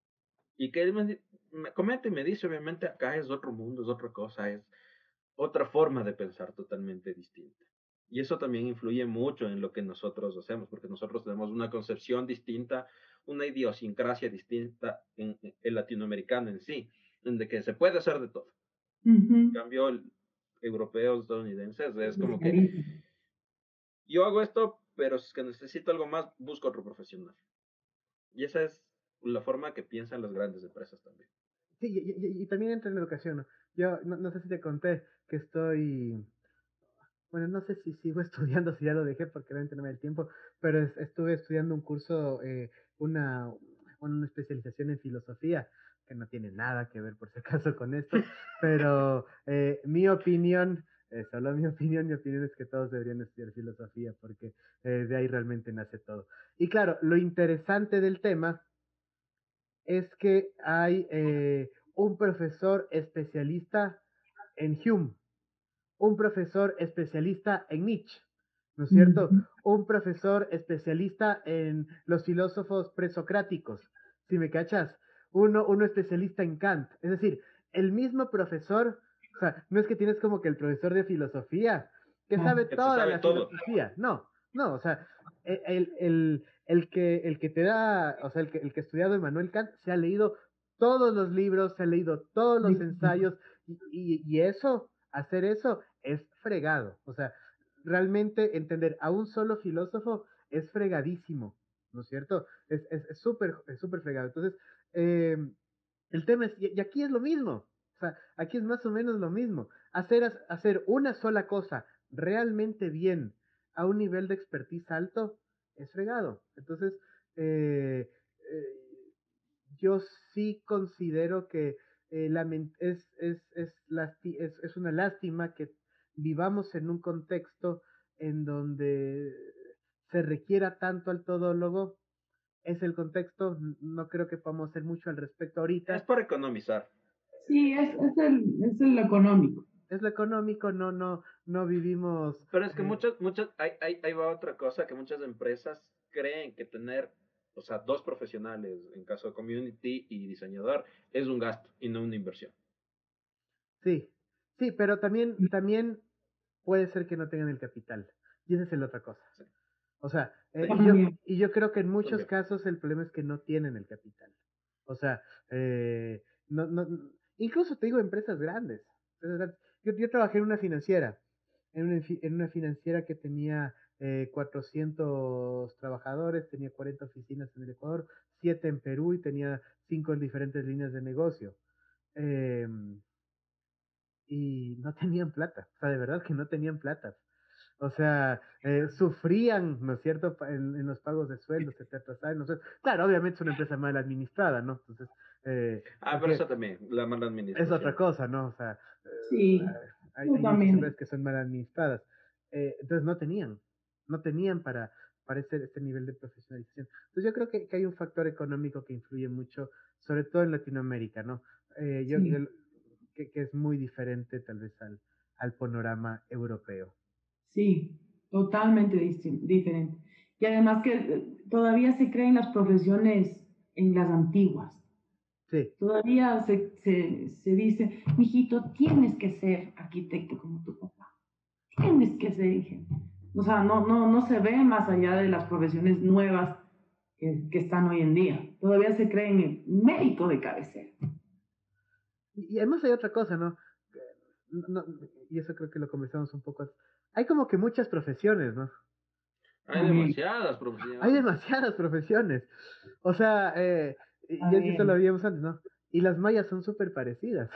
Y que él me, me comenta y me dice, obviamente acá es otro mundo, es otra cosa, es otra forma de pensar totalmente distinta. Y eso también influye mucho en lo que nosotros hacemos, porque nosotros tenemos una concepción distinta, una idiosincrasia distinta en el latinoamericano en sí, en de que se puede hacer de todo. Uh-huh. En cambio, el europeos, estadounidenses, es como que yo hago esto, pero si es que necesito algo más, busco otro profesional. Y esa es la forma que piensan las grandes empresas también. Sí, y, y, y también entra en la educación, ¿no? Yo no, no sé si te conté que estoy, bueno, no sé si sigo estudiando, si ya lo dejé porque realmente no me da el tiempo, pero es, estuve estudiando un curso, eh, una, una especialización en filosofía, que no tiene nada que ver por si acaso con esto, pero eh, mi opinión, eh, solo mi opinión, mi opinión es que todos deberían estudiar filosofía porque eh, de ahí realmente nace todo. Y claro, lo interesante del tema es que hay eh, un profesor especialista en Hume, un profesor especialista en Nietzsche, ¿no es cierto? Un profesor especialista en los filósofos presocráticos, si me cachas, uno, uno especialista en Kant, es decir, el mismo profesor, o sea, no es que tienes como que el profesor de filosofía, que sabe Que se toda sabe la todo. filosofía, no, no, o sea, el, el, el, que, el que te da, o sea, el que, el que ha estudiado Immanuel Kant se ha leído todos los libros, se ha leído todos los ensayos, y, y, y eso, hacer eso es fregado. O sea, realmente entender a un solo filósofo es fregadísimo, ¿no es cierto? Es súper, es, es súper fregado. Entonces, eh, el tema es, y, y aquí es lo mismo. O sea, aquí es más o menos lo mismo. Hacer, hacer una sola cosa realmente bien a un nivel de expertise alto es fregado. Entonces, eh, eh, yo sí considero que eh, lament- es, es, es, lasti- es, es una lástima que vivamos en un contexto en donde se requiera tanto al todólogo. Es el contexto, n- no creo que podamos hacer mucho al respecto Es ahorita. por economizar. Sí, es, es, el, es el económico. Es lo económico, no, no, no vivimos. Pero es que eh, muchas, muchas, ahí, ahí, ahí va otra cosa, que muchas empresas creen que tener, o sea, dos profesionales, en caso de community y diseñador, es un gasto y no una inversión. sí, sí, pero también, también puede ser que no tengan el capital. Y esa es la otra cosa. Sí. O sea, eh, Sí. y yo, También. y yo creo que en muchos También. casos el problema es que no tienen el capital. O sea, eh, no, no, incluso te digo empresas grandes. Yo, yo trabajé en una financiera, en una, fi- en una financiera que tenía eh, cuatrocientos trabajadores, tenía cuarenta oficinas en el Ecuador, siete en Perú y tenía cinco en diferentes líneas de negocio. Eh, y no tenían plata, o sea, de verdad que no tenían plata. O sea, eh, sufrían, ¿no es cierto?, pa- en, en los pagos de sueldos, se te atrasaban. ¿No? Claro, obviamente es una empresa mal administrada, ¿no? Entonces, eh, Ah, pero porque eso también, la mala es otra administración. cosa, ¿no? O sea, eh, Sí, hay, yo hay muchas empresas también. que son mal administradas. Eh, entonces no tenían, no tenían para, para ese, este nivel de profesionalización. Entonces yo creo que, que hay un factor económico que influye mucho, sobre todo en Latinoamérica, ¿no? Eh, yo, yo- Sí, que, que es muy diferente tal vez al, al panorama europeo. sí, totalmente disti- diferente. Y además que eh, todavía se creen las profesiones en las antiguas. Sí, Todavía se, se, se dice, mijito, tienes que ser arquitecto como tu papá. Tienes que ser ingeniero. O sea, no, no, no se ve más allá de las profesiones nuevas que, que están hoy en día. Todavía se cree en el médico de cabecera. y, y además hay otra cosa, ¿no? No, no, y eso creo que lo conversamos un poco. Hay como que muchas profesiones, ¿no? Hay También, demasiadas Hay profesiones. demasiadas profesiones. O sea, eh, y y eso lo también. habíamos antes, ¿no? Y las mallas son súper parecidas.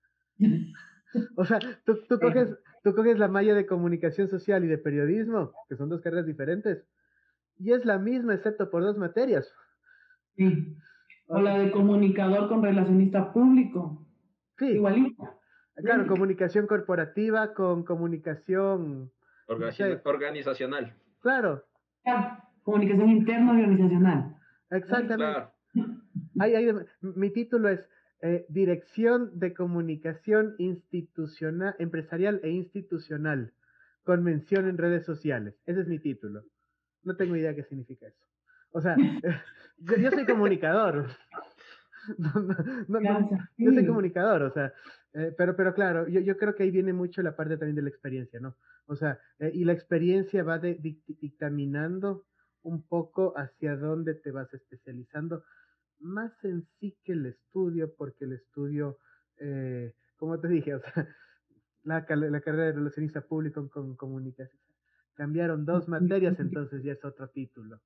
O sea, tú, tú, coges, tú coges la malla de comunicación social y de periodismo, que son dos carreras diferentes, y es la misma excepto por dos materias. Sí. O O- la de comunicador con relacionista público. Sí, Igualita. claro, Idéntica. comunicación corporativa con comunicación, no Organizaci- sé, Organizacional. claro, Claro, comunicación interna organizacional. exactamente. Claro. Hay, hay, mi título es eh, Dirección de Comunicación Institucional, Empresarial e Institucional, con mención en redes sociales. Ese es mi título. No tengo idea qué significa eso. O sea, yo, yo soy comunicador. No, no, no, no, Cansa. yo soy Sí. comunicador, o sea, eh, pero, pero claro, yo, yo creo que ahí viene mucho la parte también de la experiencia, ¿no? O sea, eh, y la experiencia va de, dic- dictaminando un poco hacia dónde te vas especializando, más en sí que el estudio, porque el estudio, eh, como te dije, o sea, la, cal- la carrera de relacionista público con comunicación, cambiaron dos materias, entonces ya es otro título.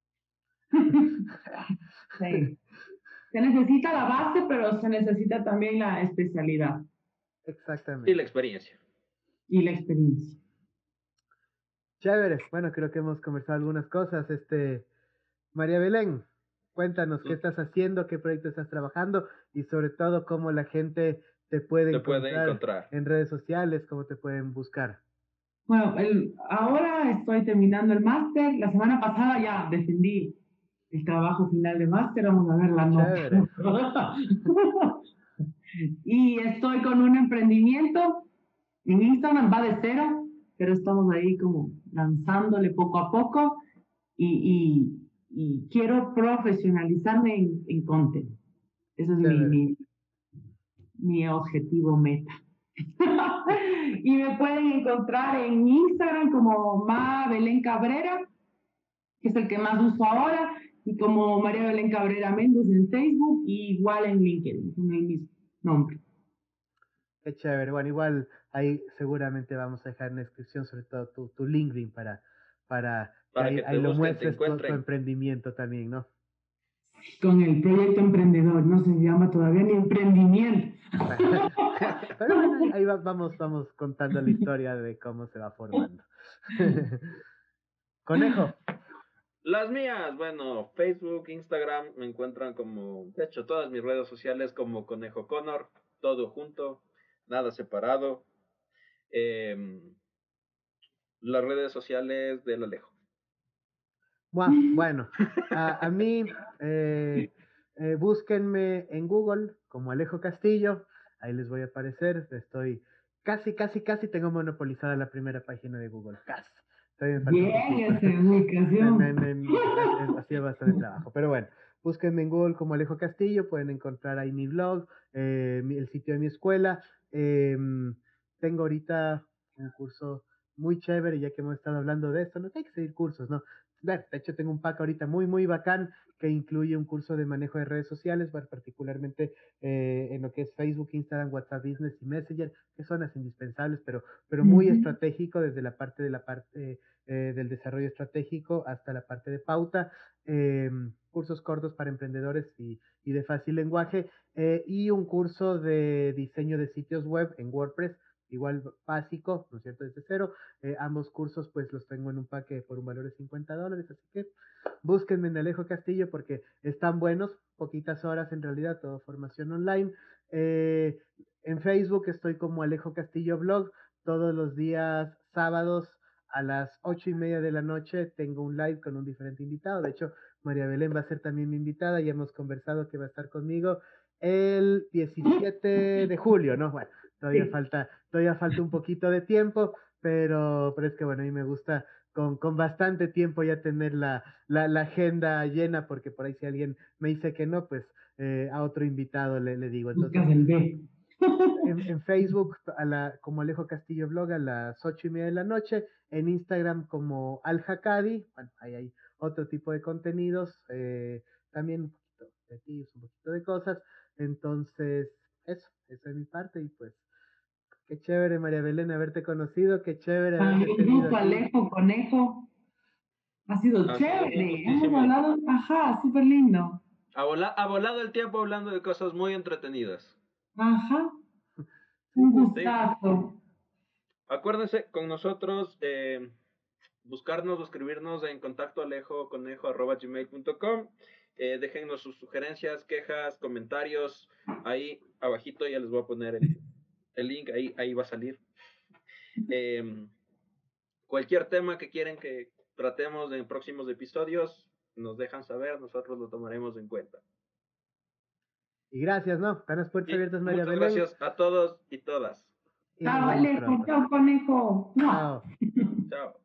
Sí. Se necesita la base, pero se necesita también la especialidad Y la Exactamente. experiencia. y la experiencia. Chévere. Bueno, creo que hemos conversado algunas cosas. Este, María Belén, cuéntanos qué Mm, estás haciendo, qué proyecto estás trabajando y sobre todo cómo la gente te puede Te puede encontrar encontrar. en redes sociales, cómo te pueden buscar. Bueno, el, ahora estoy terminando el máster. La semana pasada ya defendí el trabajo final de máster. Vamos a ver la nota. Chévere. Y estoy con un emprendimiento. En Instagram va de cero, pero estamos ahí como lanzándole poco a poco y, y, y quiero profesionalizarme en, en content. Ese es mi, Chévere. mi, mi objetivo meta. Y me pueden encontrar en Instagram como Ma Belén Cabrera, que es el que más uso ahora, y como María Belén Cabrera Méndez en Facebook, y igual en LinkedIn, con el mismo nombre. Qué chévere. Bueno, igual ahí seguramente vamos a dejar en la descripción sobre todo tu, tu LinkedIn para, para que Para ahí, que te ahí lo busquen, te muestres tu, tu encuentren. emprendimiento también, ¿no? Con el proyecto emprendedor, no se llama todavía ni emprendimiento. Pero bueno, ahí, ahí va- vamos, vamos contando la historia de cómo se va formando. Conejo, Las mías, bueno, Facebook, Instagram, me encuentran como, de hecho, todas mis redes sociales como Conejo Connor, todo junto, nada separado. Eh, las redes sociales del Alejo. Buah, bueno, a, a mí, eh, eh, búsquenme en Google como Alejo Castillo, ahí les voy a aparecer, estoy casi, casi, casi tengo monopolizada la primera página de Google, casi, todavía me falta un Bien, poquito. esa me, me, ubicación. me, ha- ha sido bastante trabajo, pero bueno, búsquenme en Google como Alejo Castillo, pueden encontrar ahí mi blog, eh, mi- el sitio de mi escuela. em, Tengo ahorita un curso muy chévere, ya que hemos estado hablando de esto, no que hay que seguir cursos, ¿no? Bueno, de hecho, tengo un pack ahorita muy, muy bacán que incluye un curso de manejo de redes sociales, bueno, particularmente eh, en lo que es Facebook, Instagram, WhatsApp Business y Messenger, que son las indispensables, pero, pero muy Ujú. estratégico desde la parte de la parte eh, del desarrollo estratégico hasta la parte de pauta. Eh, cursos cortos para emprendedores y, y de fácil lenguaje, eh, y un curso de diseño de sitios web en WordPress, igual básico, ¿no es cierto? Desde cero. Eh, ambos cursos pues los tengo en un paque por un valor de cincuenta dólares, así que búsquenme en Alejo Castillo porque están buenos, poquitas horas en realidad, todo formación online. Eh, en Facebook estoy como Alejo Castillo Blog, todos los días sábados a las ocho y media de la noche tengo un live con un diferente invitado. De hecho, María Belén va a ser también mi invitada, ya hemos conversado que va a estar conmigo el diecisiete de julio, ¿no? Bueno, todavía Sí, falta, todavía falta un poquito de tiempo, pero, pero es que bueno, a mí me gusta con, con bastante tiempo ya tener la, la, la, agenda llena, porque por ahí si alguien me dice que no, pues eh, a otro invitado le, le digo. Entonces, buscas el B. en, en Facebook a la, como Alejo Castillo Blog a las ocho y media de la noche, en Instagram como Al Hakadi, bueno, ahí hay otro tipo de contenidos, eh, también un poquito de tips, un poquito de cosas. Entonces, eso, eso es mi parte y pues qué chévere, María Belén, haberte conocido, qué chévere Ay, haberte un tenido gusto, aquí. Alejo, conejo. Ha sido Ha sido un chévere. Hemos gustísimo. hablado, ajá, súper lindo. Ha, vola- ha volado el tiempo hablando de cosas muy entretenidas. Ajá, Sí, un sí. Sí. gustazo. Acuérdense con nosotros, eh, buscarnos o escribirnos en contacto alejoconejo arroba gmail punto com. Eh, déjennos sus sugerencias, quejas, comentarios. Ahí abajito ya les voy a poner el, el link, ahí, ahí va a salir. Eh, cualquier tema que quieren que tratemos en próximos episodios, nos dejan saber, nosotros lo tomaremos en cuenta. Y gracias, ¿no? Están las puertas Y abiertas, María muchas Belén, gracias a todos y todas. y nos Chao, vemos Alejo, pronto. chao, conejo. ¡Mua! Chao. Chao.